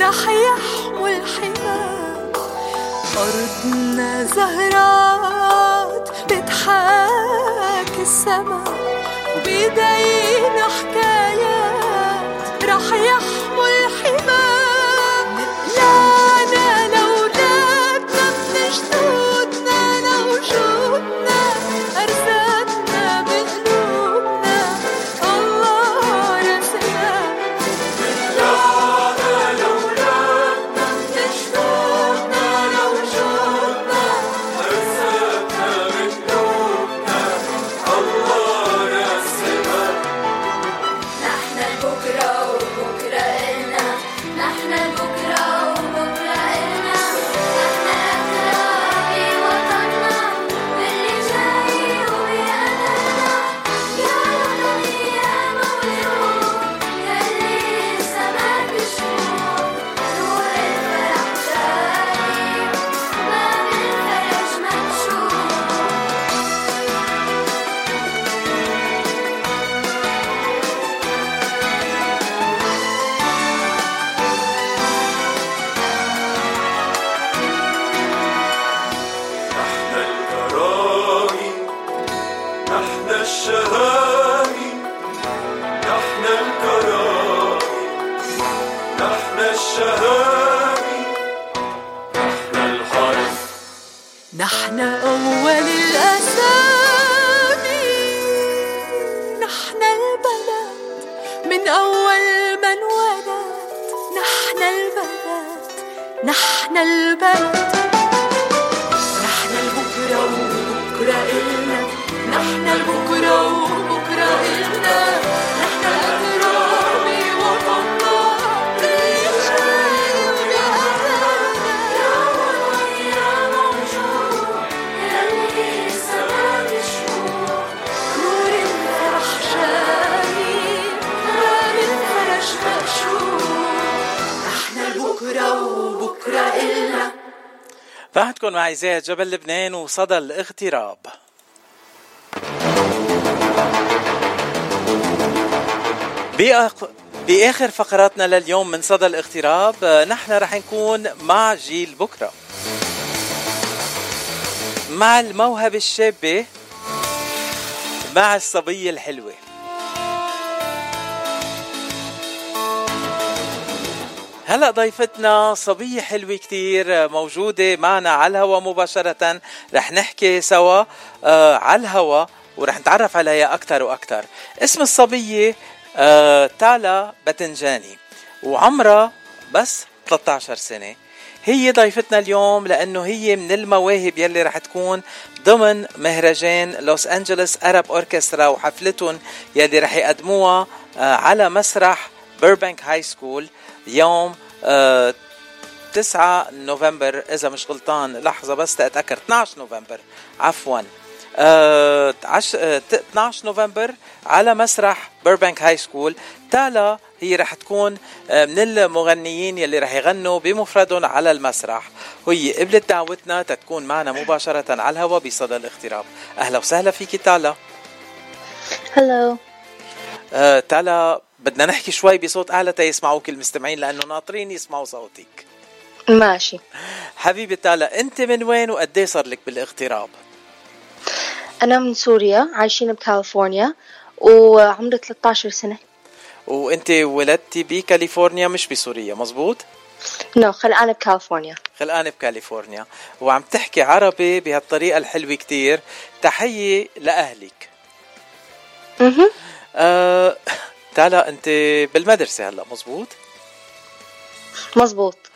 رح يحمل حماه. أرضنا زهرات بتحاكي السما، وبيدينا حكايات رح يحمل حماه. نقلعنا لأولادنا من جدودنا لوجودنا، أرزقنا بقلوبنا الله رزقنا. نقلعنا لأولادنا من جدودنا لوجودنا، أرزقنا بقلوبنا الله رزقنا. نحن البكرة وبكرة إلنا، نحن البكرة وبكرة إلنا، نحن أكرم بوطننا واللي جاي وبأملنا. يا وطني يا مولود يلي سماك الشموع، نور الفرح جاي ما بالفرج مكشوف. نحن الكرامي، نحن الشهامي، نحن الكرامي، نحن الشهامي، نحن الحرس. نحن أول الأسامي، نحن البلد من أول من ولد. نحن البلد، نحن البلد، نحن البكرة وبكرة إلنا، نحن البكرة وبكرة إلنا، نحن الأكرم بوطننا اللي جاي وبأملنا. يا وطني يا موجود يلي سماك الشموع، نور الفرح جاي ما بالفرج مكشوف. نحن البكرة وبكرة إلنا. بعدكم مع إذاعة جبل لبنان وصدى الاغتراب. بآخر فقراتنا لليوم من صدى الاغتراب نحن رح نكون مع جيل بكرة، مع الموهبة الشابة، مع الصبية الحلوة. هلأ ضيفتنا صبية حلوة كتير موجودة معنا على الهوا مباشرة. رح نحكي سوا على الهوا ورح نتعرف عليها أكتر وأكتر. اسم الصبية تالا بتنجاني وعمرها بس 13 سنة. هي ضيفتنا اليوم لأنه هي من المواهب يلي رح تكون ضمن مهرجان لوس أنجلوس أرب أوركسترا وحفلتهم يلي رح يقدموها على مسرح بيربانك هاي سكول يوم 9 نوفمبر إذا مش غلطان. لحظة بس تأتأكد، 12 نوفمبر عفوا، 12 نوفمبر على مسرح بيربانك هاي سكول. تالا هي رح تكون من المغنيين يلي رح يغنوا بمفردهم على المسرح. وهي قبلت دعوتنا تتكون معنا مباشرة على الهواء بصدى الاغتراب. أهلا وسهلا فيكي تالا. هلو تالا، بدنا نحكي شوي بصوت أعلى تيسمعوك المستمعين لأنه ناطرين يسمعوا صوتك. ماشي حبيبي تالا، أنت من وين وقديه صار لك بالاغتراب؟ أنا من سوريا، عايشين بكاليفورنيا وعمري 13 سنة. وأنت ولدتي بكاليفورنيا مش بسوريا مزبوط؟ خلقانة بكاليفورنيا. خلقانة بكاليفورنيا وعم تحكي عربي بهالطريقة الحلوة كتير. تحية لأهلك. تالا، أنت بالمدرسة هلأ مزبوط؟ مزبوط.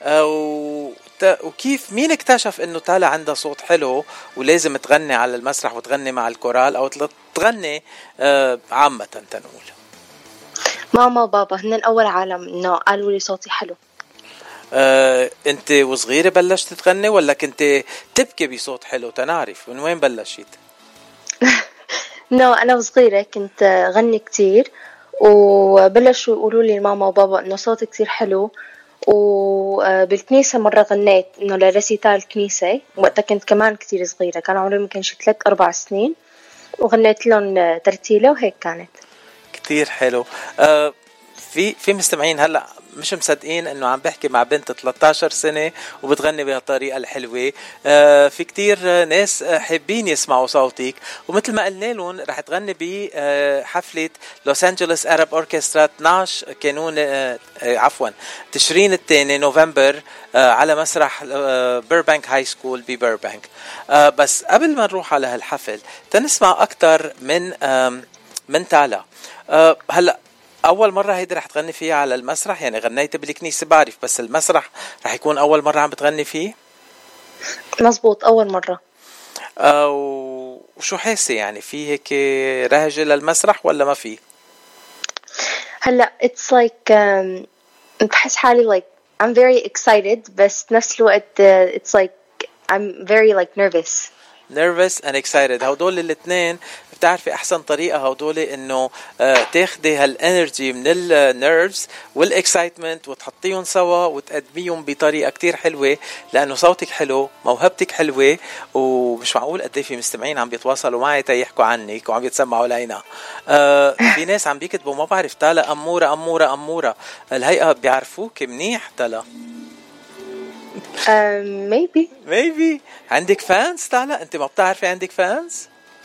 وكيف مين اكتشف انه تالا عندها صوت حلو ولازم تغني على المسرح وتغني مع الكورال او تغني عامة تنقول؟ ماما وبابا هن اول عالم انه قالوا لي صوتي حلو. انت وصغيرة بلشت تغني ولا كنت تبكي بصوت حلو تنعرف من وين بلشت؟ انا وصغيرة كنت غني كتير وبلشوا يقولوا لي ماما وبابا انه صوتي كتير حلو. وبالكنيسة مرة غنيت إنه لرسيتال كنيسة وقتها كنت كمان كتير صغيرة، كان عمري ممكن شي 3-4 سنين، وغنيت لهم ترتيلة وهيك كانت كتير حلو. في مستمعين هلا مش مصدقين انه عم بحكي مع بنت 13 سنة وبتغني بهالطريقة الحلوة. في كتير ناس حابين يسمعوا صوتك، ومثل ما قلنا لهم رح تغني بحفلة لوس أنجلوس أرب أوركسترا 12 كانون تشرين الثاني نوفمبر على مسرح بيربانك هاي سكول ببيربانك. بس قبل ما نروح على هالحفل تنسمع أكتر من تالا. هلا أول مرة هيدي رح تغني فيها على المسرح؟ يعني غنيت بالكنيسة بعرف، بس المسرح رح يكون أول مرة عم بتغني فيه؟ مزبوط، أول مرة. وشو حاسة يعني في هيك رهجة للمسرح ولا ما في؟ هلا it's like بحس حالي like I'm very excited، بس نفس الوقت it's like I'm very like nervous and excited. هودول الاثنين بتعرفي احسن طريقه هودول انه تاخدي هالانرجي من النيرفز والاكسايتمنت وتحطيهم سوا وتقدميهم بطريقه كتير حلوه، لانه صوتك حلو، موهبتك حلوه، ومش معقول قد ايه في مستمعين عم بيتواصلوا معي تيحكوا عنك وعم يتسمعوا لينا. في ناس عم بيكتبوا ما بعرف تالا اموره اموره اموره، الهيئه بيعرفوك منيح تالا. maybe عندك فانز تالا؟ انت ما بتعرفي عندك فانز؟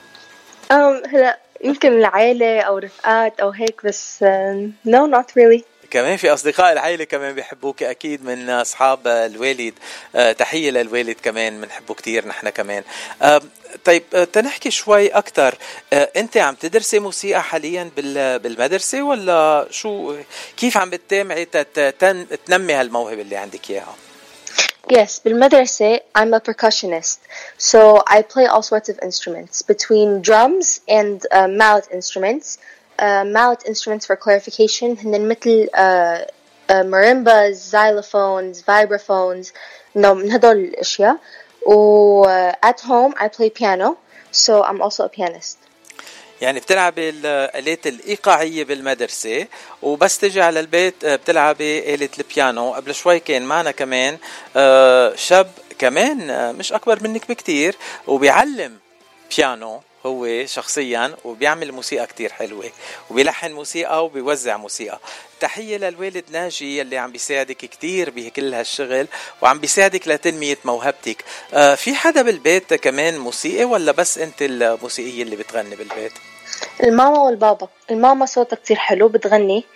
هلا يمكن العائلة أو رفقات أو هيك، بس no not really. كمان في أصدقاء العائلة كمان بيحبوك أكيد من أصحاب الوالد. تحية للوالد كمان بنحبه كتير نحن كمان. طيب تنحكي شوي أكتر، أنت عم تدرسي موسيقى حاليا بالمدرسة ولا شو؟ كيف عم بتتابعي تنمي هالموهبة اللي عندك إياها؟ Yes, بالمدرسة I'm a percussionist, so I play all sorts of instruments between drums and mallet instruments. Mallet instruments for clarification هن مثل marimbas, xylophones, vibraphones، من هدول الأشياء. و at home I play piano, so I'm also a pianist. يعني بتلعبي الآلات الإيقاعية بالمدرسة، وبس تجي على البيت بتلعبي آلة البيانو. قبل شوي كان معنا كمان شاب كمان مش أكبر منك بكتير وبيعلم بيانو هو شخصيا، وبيعمل موسيقى كتير حلوة وبيلحن موسيقى وبيوزع موسيقى. تحية للوالد ناجي اللي عم بيساعدك كتير بكل هالشغل وعم بيساعدك لتنمية موهبتك. في حدا بالبيت كمان موسيقي ولا بس انت الموسيقية اللي بتغني بالبيت؟ الماما والبابا. الماما صوتها كتير حلو، بتغني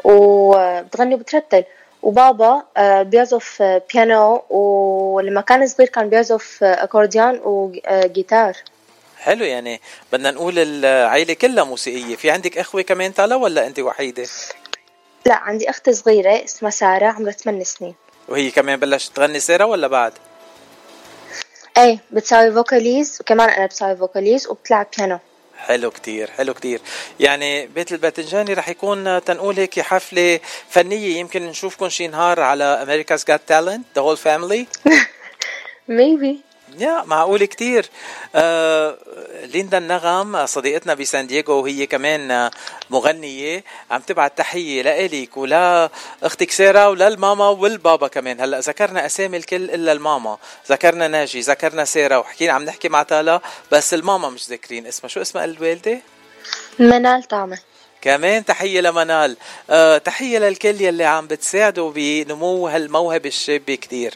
وبترتل، وبابا بيعزف بيانو، ولما كان صغير كان بيعزف أكورديون وجيتار. حلو، يعني بدنا نقول العائلة كلها موسيقية. في عندك أخوة كمان تالا ولا أنت وحيدة؟ لا، عندي أخت صغيرة اسمها سارة عمرها 8 سنين. وهي كمان بلشت تغني سارة ولا بعد؟ ايه، بتساوي فوكاليز، وكمان أنا بساوي فوكاليز وبتلعب بيانو. حلو كتير، حلو كتير. يعني بيت الباذنجاني رح يكون تنقول هيك حفلة فنية، يمكن نشوفكم شي نهار على America's Got Talent the whole family. maybe. يا معقول كتير. ليندا النغم صديقتنا بسان دييغو وهي كمان مغنية عم تبعت تحية لإليك ولا أختك سارة ولا الماما والبابا كمان. هلأ ذكرنا أسامي الكل إلا الماما، ذكرنا ناجي، ذكرنا سارة، وحكينا عم نحكي مع تالا بس الماما مش ذكرين اسمها. شو اسمها الوالدة؟ منال طعمة. كمان تحية لمنال. تحية للكل يلي عم بتساعدوا بنمو هالموهبة الشابة كتير.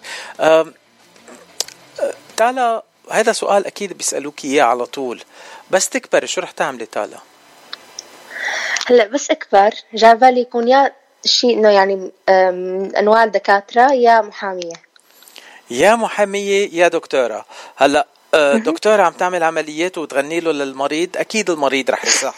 تالا، هذا سؤال أكيد بيسألوك إياه على طول، بس تكبر شو رح تعملي تالا؟ هلأ بس أكبر جايبالي يكون يا شيء إنه يعني من أنواع الدكاترة، يا محامية. يا محامية يا دكتورة. هلأ دكتورة عم تعمل عمليات وتغني له للمريض، أكيد المريض رح يصح.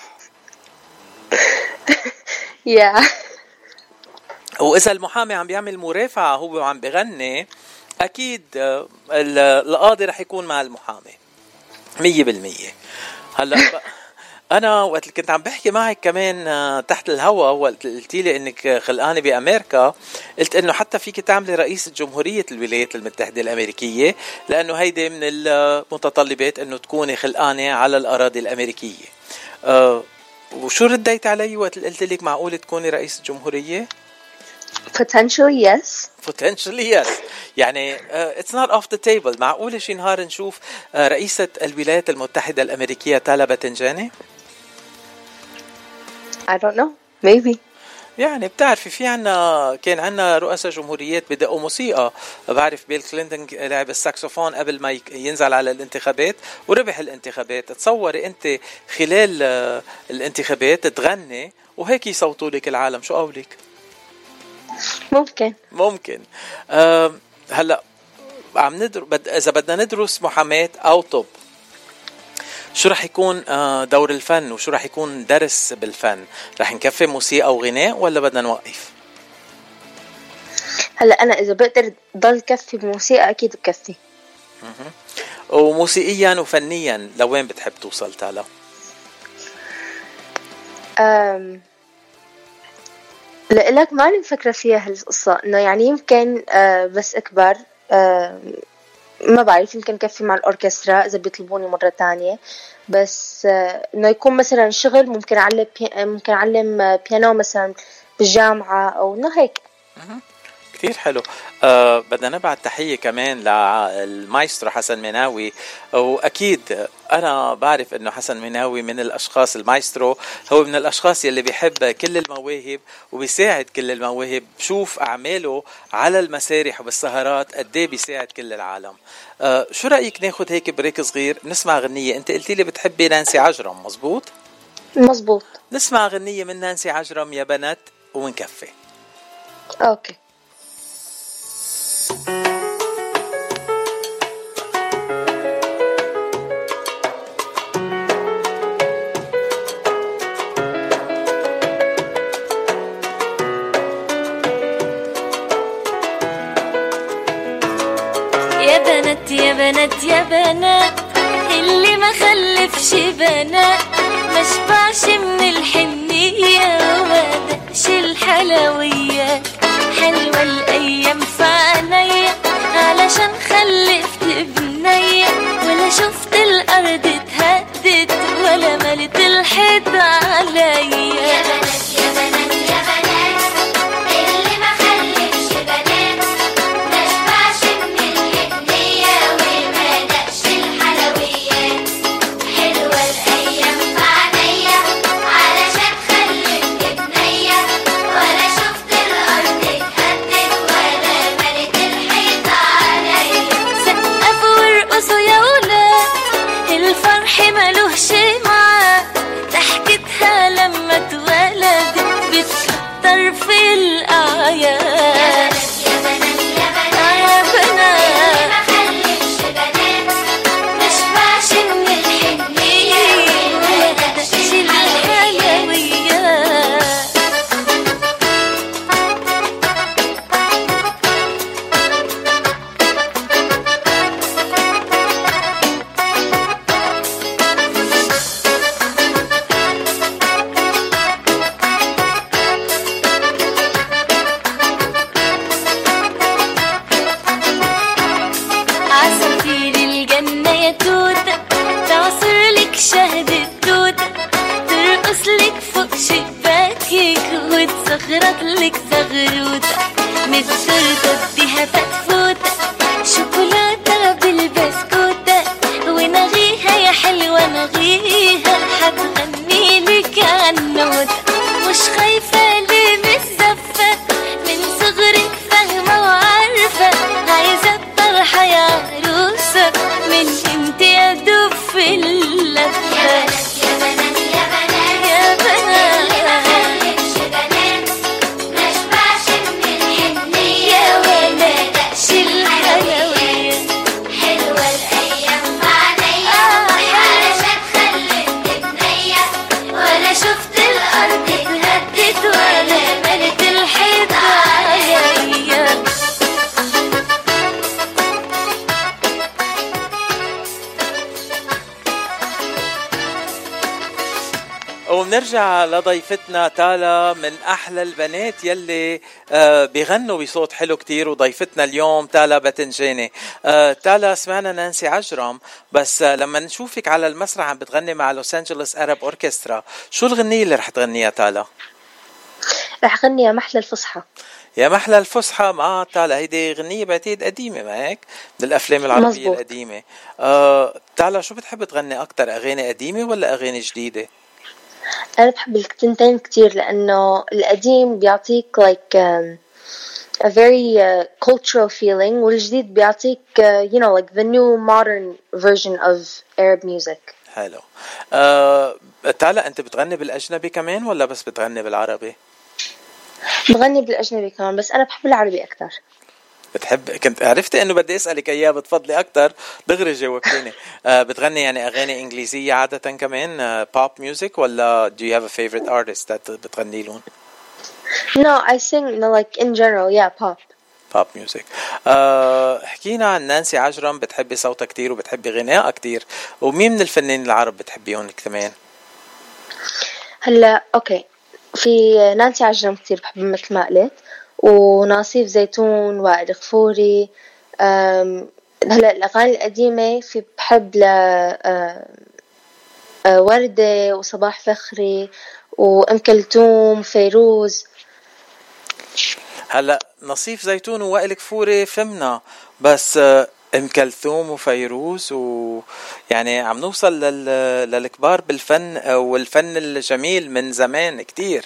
وإذا المحامي عم بيعمل مرافعة هو وعم بيغني، أكيد القاضي رح يكون مع المحامي 100%. هلا أنا وقت كنت عم بحكي معك كمان تحت الهوا وقت قلتي لي إنك خلقانة بأمريكا، قلت إنه حتى فيك تعملي رئيسة جمهورية الولايات المتحدة الأمريكية، لأنه هيدي من المتطلبات إنه تكوني خلقانة على الأراضي الأمريكية. وشو رديت علي وقت قلت لك معقولة تكوني رئيسة جمهورية؟ Potentially yes. يعني it's not off the table. معقولة شي نهار نشوف رئيسة الولايات المتحدة الأمريكية تالا باتنجاني؟ I don't know. Maybe. يعني بتعرفي في كان عنا رؤساء جمهوريات بدقوا موسيقى. بعرف بيل كلينتون لعب الساكسوفون قبل ما ينزل على الانتخابات وربح الانتخابات. تصوري انت خلال الانتخابات تغني وهيك يصوتوا لك العالم. شو قولك؟ ممكن. هلا عم اذا بدنا ندرس محاماة او طب، شو رح يكون دور الفن وشو رح يكون درس بالفن؟ رح نكفي موسيقى وغناء ولا بدنا نوقف؟ هلا انا اذا بقدر ضل كفي بموسيقى اكيد بكفي. وموسيقيا وفنيا لوين بتحب توصل تالا؟ لك ماني مفكرة فيها هالقصة، انه يعني يمكن بس اكبر ما بعرف، يمكن كفي مع الأوركسترا إذا بيطلبوني مرة تانية، بس إنه يكون مثلا شغل ممكن أعلم بيانو مثلا بالجامعة أو إنه هيك. كتير حلو. بدنا نبعت تحية كمان للمايسترو حسن مناوي، وأكيد أنا بعرف إنه حسن مناوي من الأشخاص، المايسترو هو من الأشخاص يلي بيحب كل المواهب وبيساعد كل المواهب. بشوف أعماله على المسارح وبالسهرات قديه بيساعد كل العالم. شو رأيك ناخد هيك بريك صغير نسمع غنية؟ أنت قلتي لي بتحبي نانسي عجرم، مزبوط؟ نسمع غنية من نانسي عجرم يا بنات ونكفي. أوكي. يا بنات يا بنات اللي ما خلفش بنات ما شبعش من الحنية وما دقش الحلويات. حلوة الأيام في عينيا علشان خلفت بنية، ولا شفت الأرض اتهدت ولا ملت الحيط عليا. يا بنات يا بنات يا بنات اللي ما خلفش بنات ما شبعش من الحنية وما دقش الحلويات. حلوة الأيام في عينيا علشان خلفت بنية، ولا شفت الأرض اتهدت ولا ملت الحيط عليا. سقفوا وارقصوا يا ولاد الفرح ملوش معاه، ضحكتها لما اتولدت بتكتر في الأعياد. يا بنات يا بنات يا بنات ما خلفش بنات ما شبعش من الحنية وما دقش الحلويات. عصافير الجنة يا توتة تعصر لك شهد التوتة، ترقص لك فوق شباكك وتصغرط لك زغروتة، متشرطة اديها فتفوتة شوكولاتة بالبسكوتة، ونغيها يا حلوة نغيها حتغني لك عنوتة. مش خايفة ليه متزفة من صغرك فاهمة وعارفة، عايزة الطرحة يا عروسة من انت يا دوب في اللفة. يا بنات يا بنات يا بنات يا بنات اللي ما خلفش بنات ما شبعش من الحنية وما دقش الحلويات. حلوة الأيام في عينيا علشان خلفت بنية، ولا شفت الأرض اتهدت ولا ملت الحيط عليا. وبنرجع لضيفتنا تالا من أحلى البنات يلي بيغنوا بصوت حلو كتير، وضيفتنا اليوم تالا بتنجاني. تالا سمعنا نانسي عجرم، بس لما نشوفك على المسرح عم بتغني مع لوس أنجلوس أرب أوركسترا، شو الغنية اللي رح تغنيها تالا؟ رح أغني يا محلى الفصحى. يا محلى الفصحى مع تالا، هيدي غنية بعتقد قديمة ما هيك من الأفلام العربية مزبوط. القديمة. تالا شو بتحب تغني أكتر، أغاني قديمة ولا أغاني جديدة؟ أنا بحب التنتين كتير لأنه القديم بيعطيك like a very cultural feeling والجديد بيعطيك you know like the new modern version of Arab music. حلو. تعالى أنت بتغني بالأجنبي كمان ولا بس بتغني بالعربي؟ بغني بالأجنبي كمان بس أنا بحب العربي أكتر. بتحب كنت عرفت إنه بدي أسألك إياه بتفضلي أكتر دغري جاوبتيني. بتغني يعني أغاني إنجليزية عادة كمان pop music ولا do you have a favorite artist that بتغني لهم؟ No, I sing like in general, yeah, pop music. حكينا عن نانسي عجرم، بتحبي صوتها كتير وبتحبي غنائها كتير، ومين من الفنانين العرب بتحبيهم كمان؟ هلا اوكي، في نانسي عجرم كتير بحب مثل ما قلت، وناصيف زيتون، وائل غفوري. هلا الأغاني القديمة في بحب وردة وصباح فخري وأم كلثوم فيروز. هلا نصيف زيتون ووائل غفوري فهمنا، بس ام كلثوم وفيروز ويعني عم نوصل للكبار بالفن والفن الجميل من زمان كتير.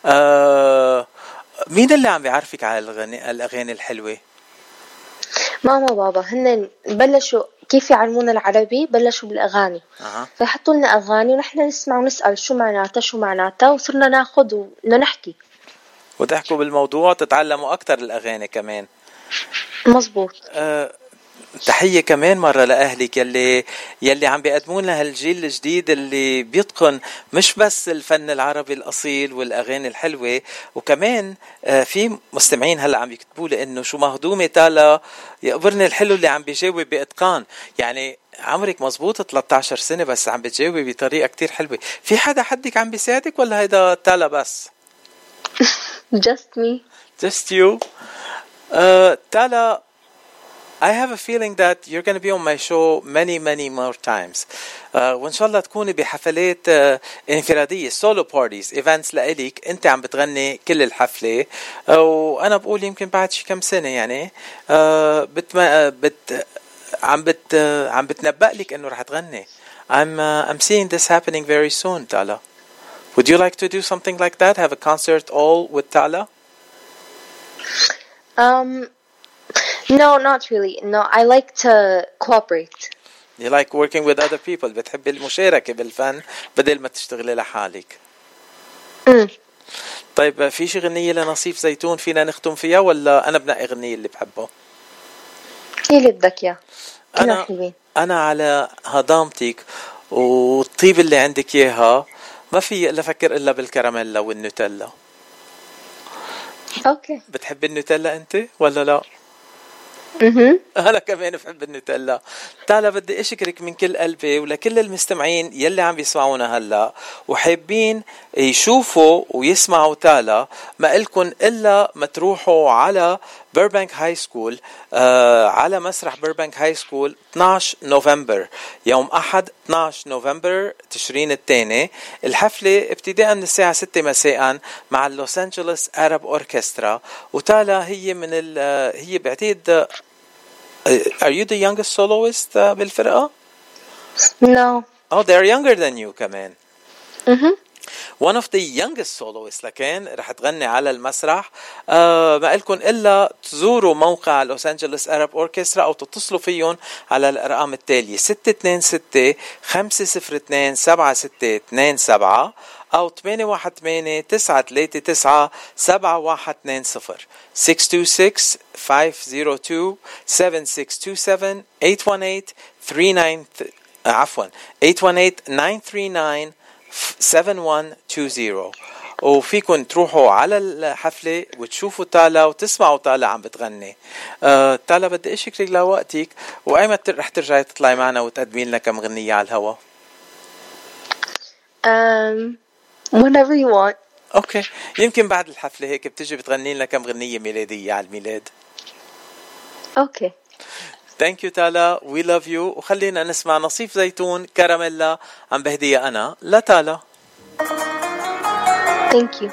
مين اللي عم بيعرفك على الاغاني الحلوه؟ ماما وبابا، هن بلشوا كيف يعلمونا العربي، بلشوا بالاغاني. فيحطوا لنا اغاني ونحن نسمع ونسال شو معناتها وصرنا ناخذ ونحكي وتحكوا بالموضوع، تتعلموا أكتر الأغاني كمان. مزبوط. تحية كمان مرة لأهلك يلي عم بيقدمون لها الجيل الجديد اللي بيتقن مش بس الفن العربي الأصيل والأغاني الحلوة، وكمان في مستمعين هلأ عم يكتبوا لي إنه شو مهضومة تالا يقبرني الحلو اللي عم بيجاوب بإتقان. يعني عمرك مزبوط 13 سنة بس عم بتجاوب بطريقة كتير حلوة. في حدا حدك عم بيساعدك ولا هيدا تالا بس؟ Just me. Just you. Tala, I have a feeling that you're going to be on my show many more times. وإن شاء الله تكوني بحفلات انفرادية solo parties events لإليك أنت عم بتغني كل الحفلة. وأنا بقول يمكن بعد شي كم سنة يعني عم بتنبأ لك إنه رح تغني. I'm seeing this happening very soon, Tala. Would you like to do something like that? Have a concert all with Tala? No, not really. No, I like to cooperate. You like working with other people. بتحبي المشاركة بالفن بدل ما تشتغلي لحالك. طيب في شي غنية لنصيف زيتون فينا نختم فيها ولا أنا بنقي غنية اللي بحبه؟ اللي بدك يا. أنا على هضامتك والطيب اللي عندك إياها ما في إلا فكر إلا بالكراميلا والنوتيلا. أوكي. بتحب النوتيلا أنت ولا لا؟ أنا كمان بحب النوتيلا. تعالى بدي أشكرك من كل قلبي ولكل المستمعين يلي عم بيسمعونا هلا وحابين يشوفوا ويسمعوا تالا، ما إلكن إلا ما تروحوا على بيربانك هاي سكول، على مسرح بيربانك هاي سكول 12 نوفمبر، يوم أحد 12 نوفمبر تشرين الثاني. الحفلة ابتداء من الساعة 6 مساء مع اللوس أنجلوس أرب أوركسترا. وتالا هي من هي بعتقد Are you the youngest soloist بالفرقة؟ No. Oh, they're younger than you كمان. One of the youngest soloists لكن رح تغني على المسرح. ما إلكن إلا تزوروا موقع لوس أنجلوس أرب أوركسترا أو تتصلوا فيهم على الأرقام التالية 626-562-7627 أو 818-939-7120 626-502-7627 818-939 7120. وفيكن تروحوا على الحفلة وتشوفوا تالا وتسمعوا تالا عم بتغني. تالا بدي أشكرك لوقتك، وأيمت رح ترجعي تطلعي معنا وتقدمي لنا كم غنية على الهوا؟ Whenever you want. أوكي، يمكن بعد الحفلة هيك بتجي بتغني لنا كم غنية ميلادية على الميلاد. أوكي. Thank you تالا. We love you. وخلينا نسمع نصيف زيتون كراميلا عم بهدية أنا لتالا. Thank you.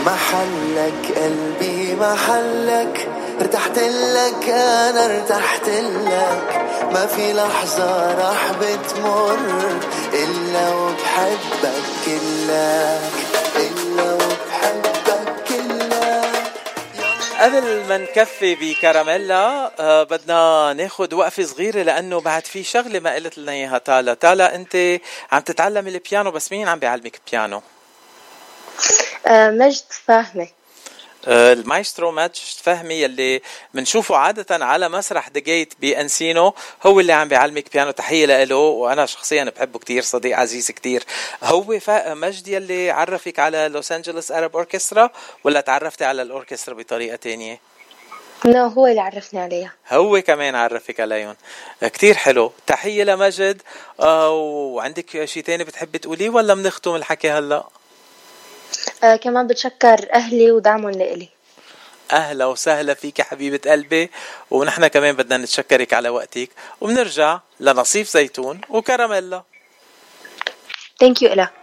محلك قلبي محلك، ارتحت لك انا ارتحت لك، ما في لحظة راح بتمر الا وبحبك كلك، الا وبحبك كلك. قبل ما نكفي بكراميلا بدنا ناخد وقفة صغيرة لأنه بعد في شغلة ما قلت لنا إياها. تالا أنت عم تتعلم البيانو، بس مين عم بيعلمك بيانو؟ مجد فهمي. المايسترو مجد فهمي يلي منشوفه عادة على مسرح دقيت بأنسينو هو اللي عم بيعلمك بيانو. تحية له، وأنا شخصيا بحبه كتير، صديق عزيز كتير. هو مجد يلي عرفك على لوس أنجلوس أرب أوركسترا، ولا تعرفتي على الأوركسترا بطريقة تانية؟ لا، هو اللي عرفني عليها. هو كمان عرفك عليهم. كتير حلو. تحية لمجد. وعندك شي تاني بتحبي تقوليه ولا منختم الحكي هلأ؟ كمان بتشكر أهلي ودعمهم لإلي. أهلا وسهلا فيك حبيبة قلبي، ونحن كمان بدنا نتشكرك على وقتك، وبنرجع لنصيف زيتون وكراميلا. Thank you إلك.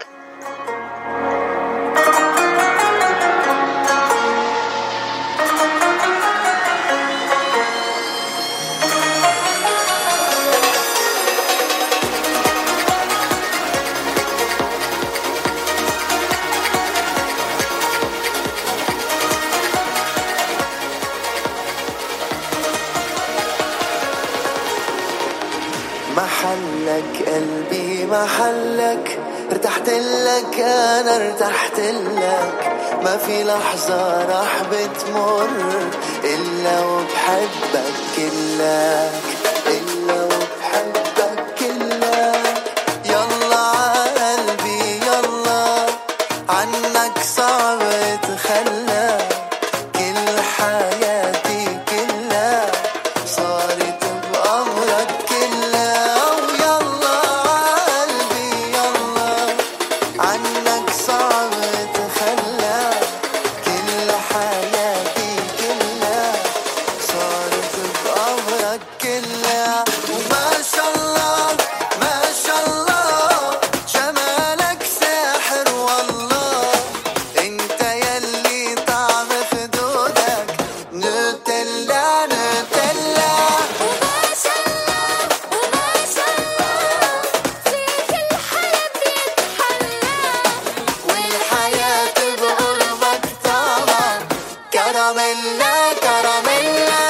محلك قلبي محلك، ارتحت لك انا ارتحت لك، ما في لحظة راح بتمر الا وبحبك كلك، الا وبحبك كلك. يلا قلبي يلا، عنك صعب اتخلى، كل حياتي كلها صارت بأمرك كلها. ويلا قلبي يلا، عنك صعب اتخلى، كل حياتي كلها صارت بأمرك كلها. وما شاء الله ما شاء الله، جمالك ساحر والله، انت يلي طعم خدودك نوتيلا نوتيلا. وما شاء الله وما شاء الله، فيك الحلم يتحلى، والحياة بقربك طعمة كراميلا كراميلا.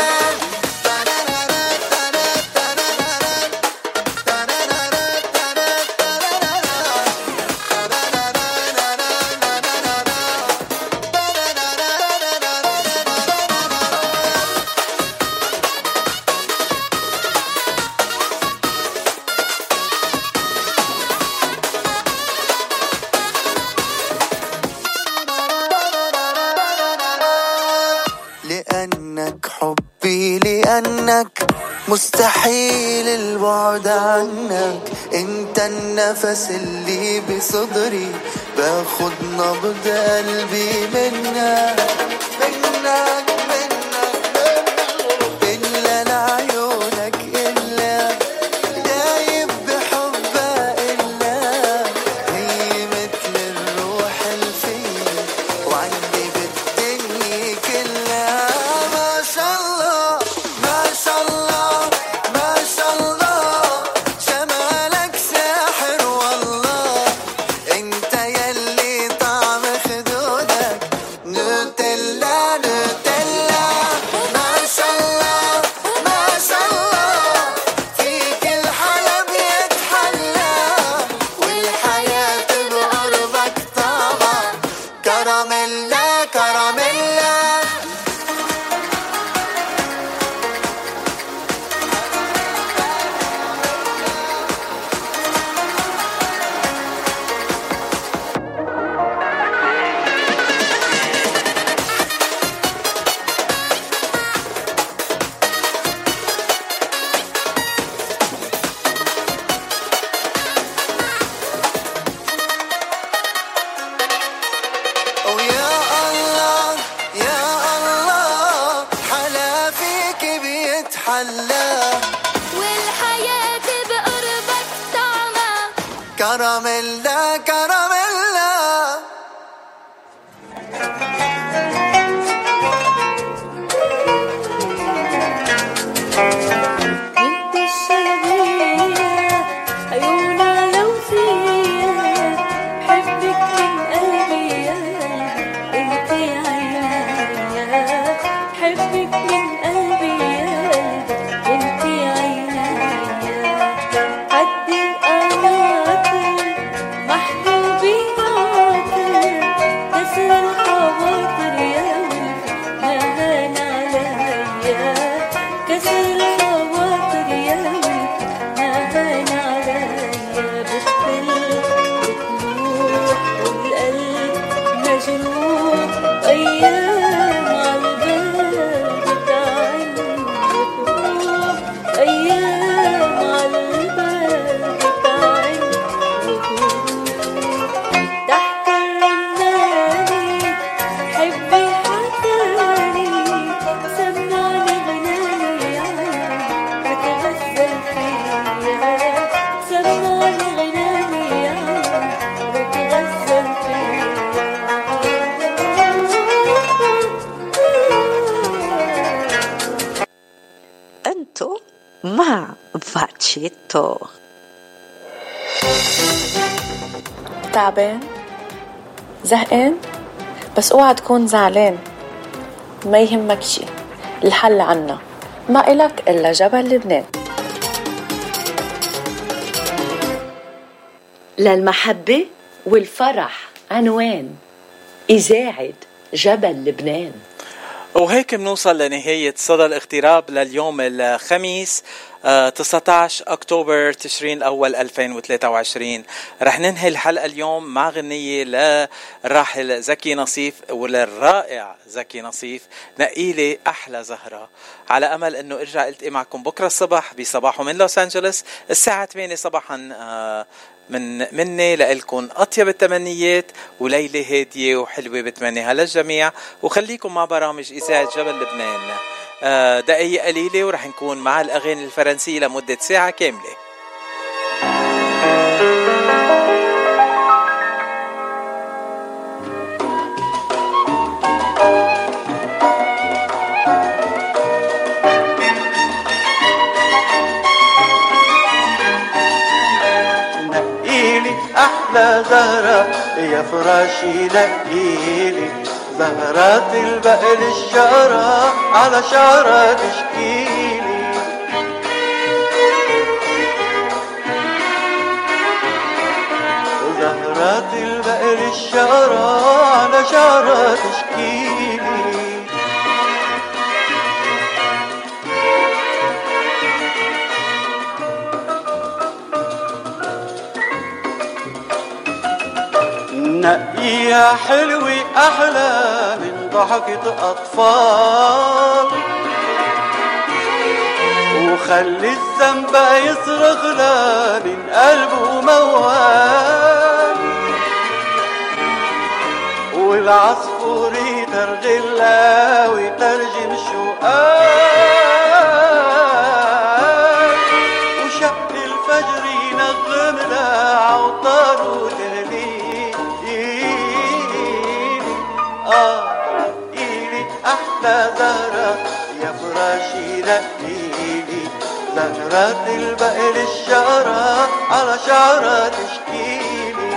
لأنك حبي، لأنك مستحيل البعد عنك، انت النفس اللي بصدري، باخد نبض قلبي منك منك منك. إلا لعيونك إلا، دايب بحبها إلا، هي مثل الروح الفيه وعندي بالدنيا كلها. ما شاء الله ما شاء الله ما شاء الله، جمالك ساحر والله، انت يلي طعم خدودك نوتيلا نوتيلا. ما شاء الله ما شاء الله، فيك الحلم يتحلى، والحياة بقربك طعمة كراميلا كراميلا. ويا الله يا الله، حلا فيك بيتحلى، والحياة بقربك طعمة كراميلا كراميلا. جروح أيام عالبال بتعن وتروح أيام عالبال بتعن وتروح تحت الرناني حبي حتاني سمعني غناني بتغزل فيا سمعني غناني بتغزل فيا أنتو مع فاتشيتو. تعبان زهقان بس اوعى تكون زعلان ما يهمك شي الحل عنا ما إلك إلا جبل لبنان. للمحبة والفرح عنوان إذاعة جبل لبنان. وهيك بنوصل لنهاية صدى الاغتراب لليوم الخميس 19 أكتوبر تشرين الأول 2023. رح ننهي الحلقة اليوم مع غنية للراحل زكي نصيف وللرائع زكي نصيف نقيلي أحلى زهرة، على أمل أنه أرجع ألتقي معكم بكرة الصبح بصباحه من لوس أنجلوس الساعة 8 صباحا مني لإلكم أطيب التمنيات وليلة هادية وحلوة بتمنيها للجميع، وخليكم مع برامج إذاعة جبل لبنان دقايق قليلة ورح نكون مع الأغاني الفرنسية لمدة ساعة كاملة. أحلى زهرة يا فراشي نقيلي زهرات البقر الشعرة على شعرة تشكيلي زهرات البقر الشعرة على شعرة تشكيلي نقيها حلوة أحلى من ضحكة أطفال وخلي الذنب يصرخ لا من قلبه موال والعصفور يترغلا ويترجم شقال وشق الفجر ينغم لا عوطار وتهليل نقيلي أحلى زهرة يا فراشي نقيلي زهرات البقر الشعرة على شعرة تشكيلي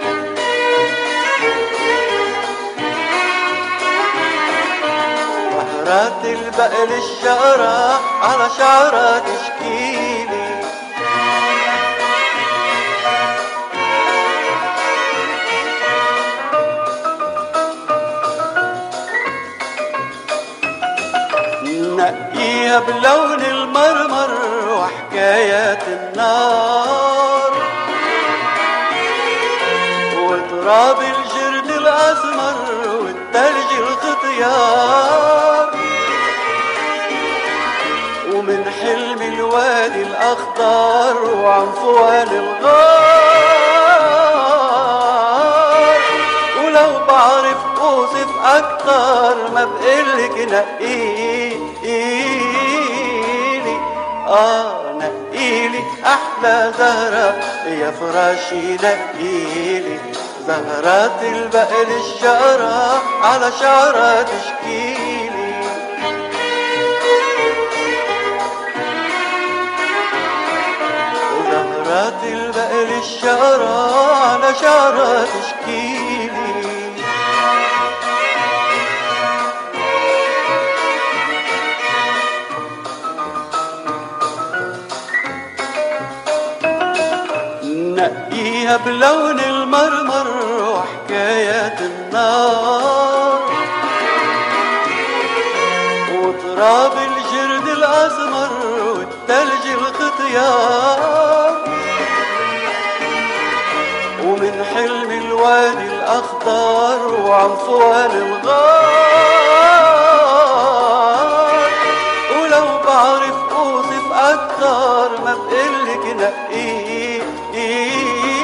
زهرات البقر الشعرة على شعرة تشكيلي نقيها بلون المرمر وحكايات النار وتراب الجرد الأسمر والثلج الخطيار ومن حلم الوادي الأخضر وعنفوان الغار ولو بعرف أوصف أكتر ما بقلك نقيلي نقيلي أحلى زهرة يا فراشي نقيلي زهرات البقر الشعرة على شعرة تشكيلي زهرات البقر الشعرة على شعرة تشكيلي نقيها بلون المرمر وحكايات النار وتراب الجرد الأسمر والثلج الخطيار ومن حلم الوادي الأخضر وعنفوان الغار، ولو بعرف اوصف اكتر ما بقلك نقيه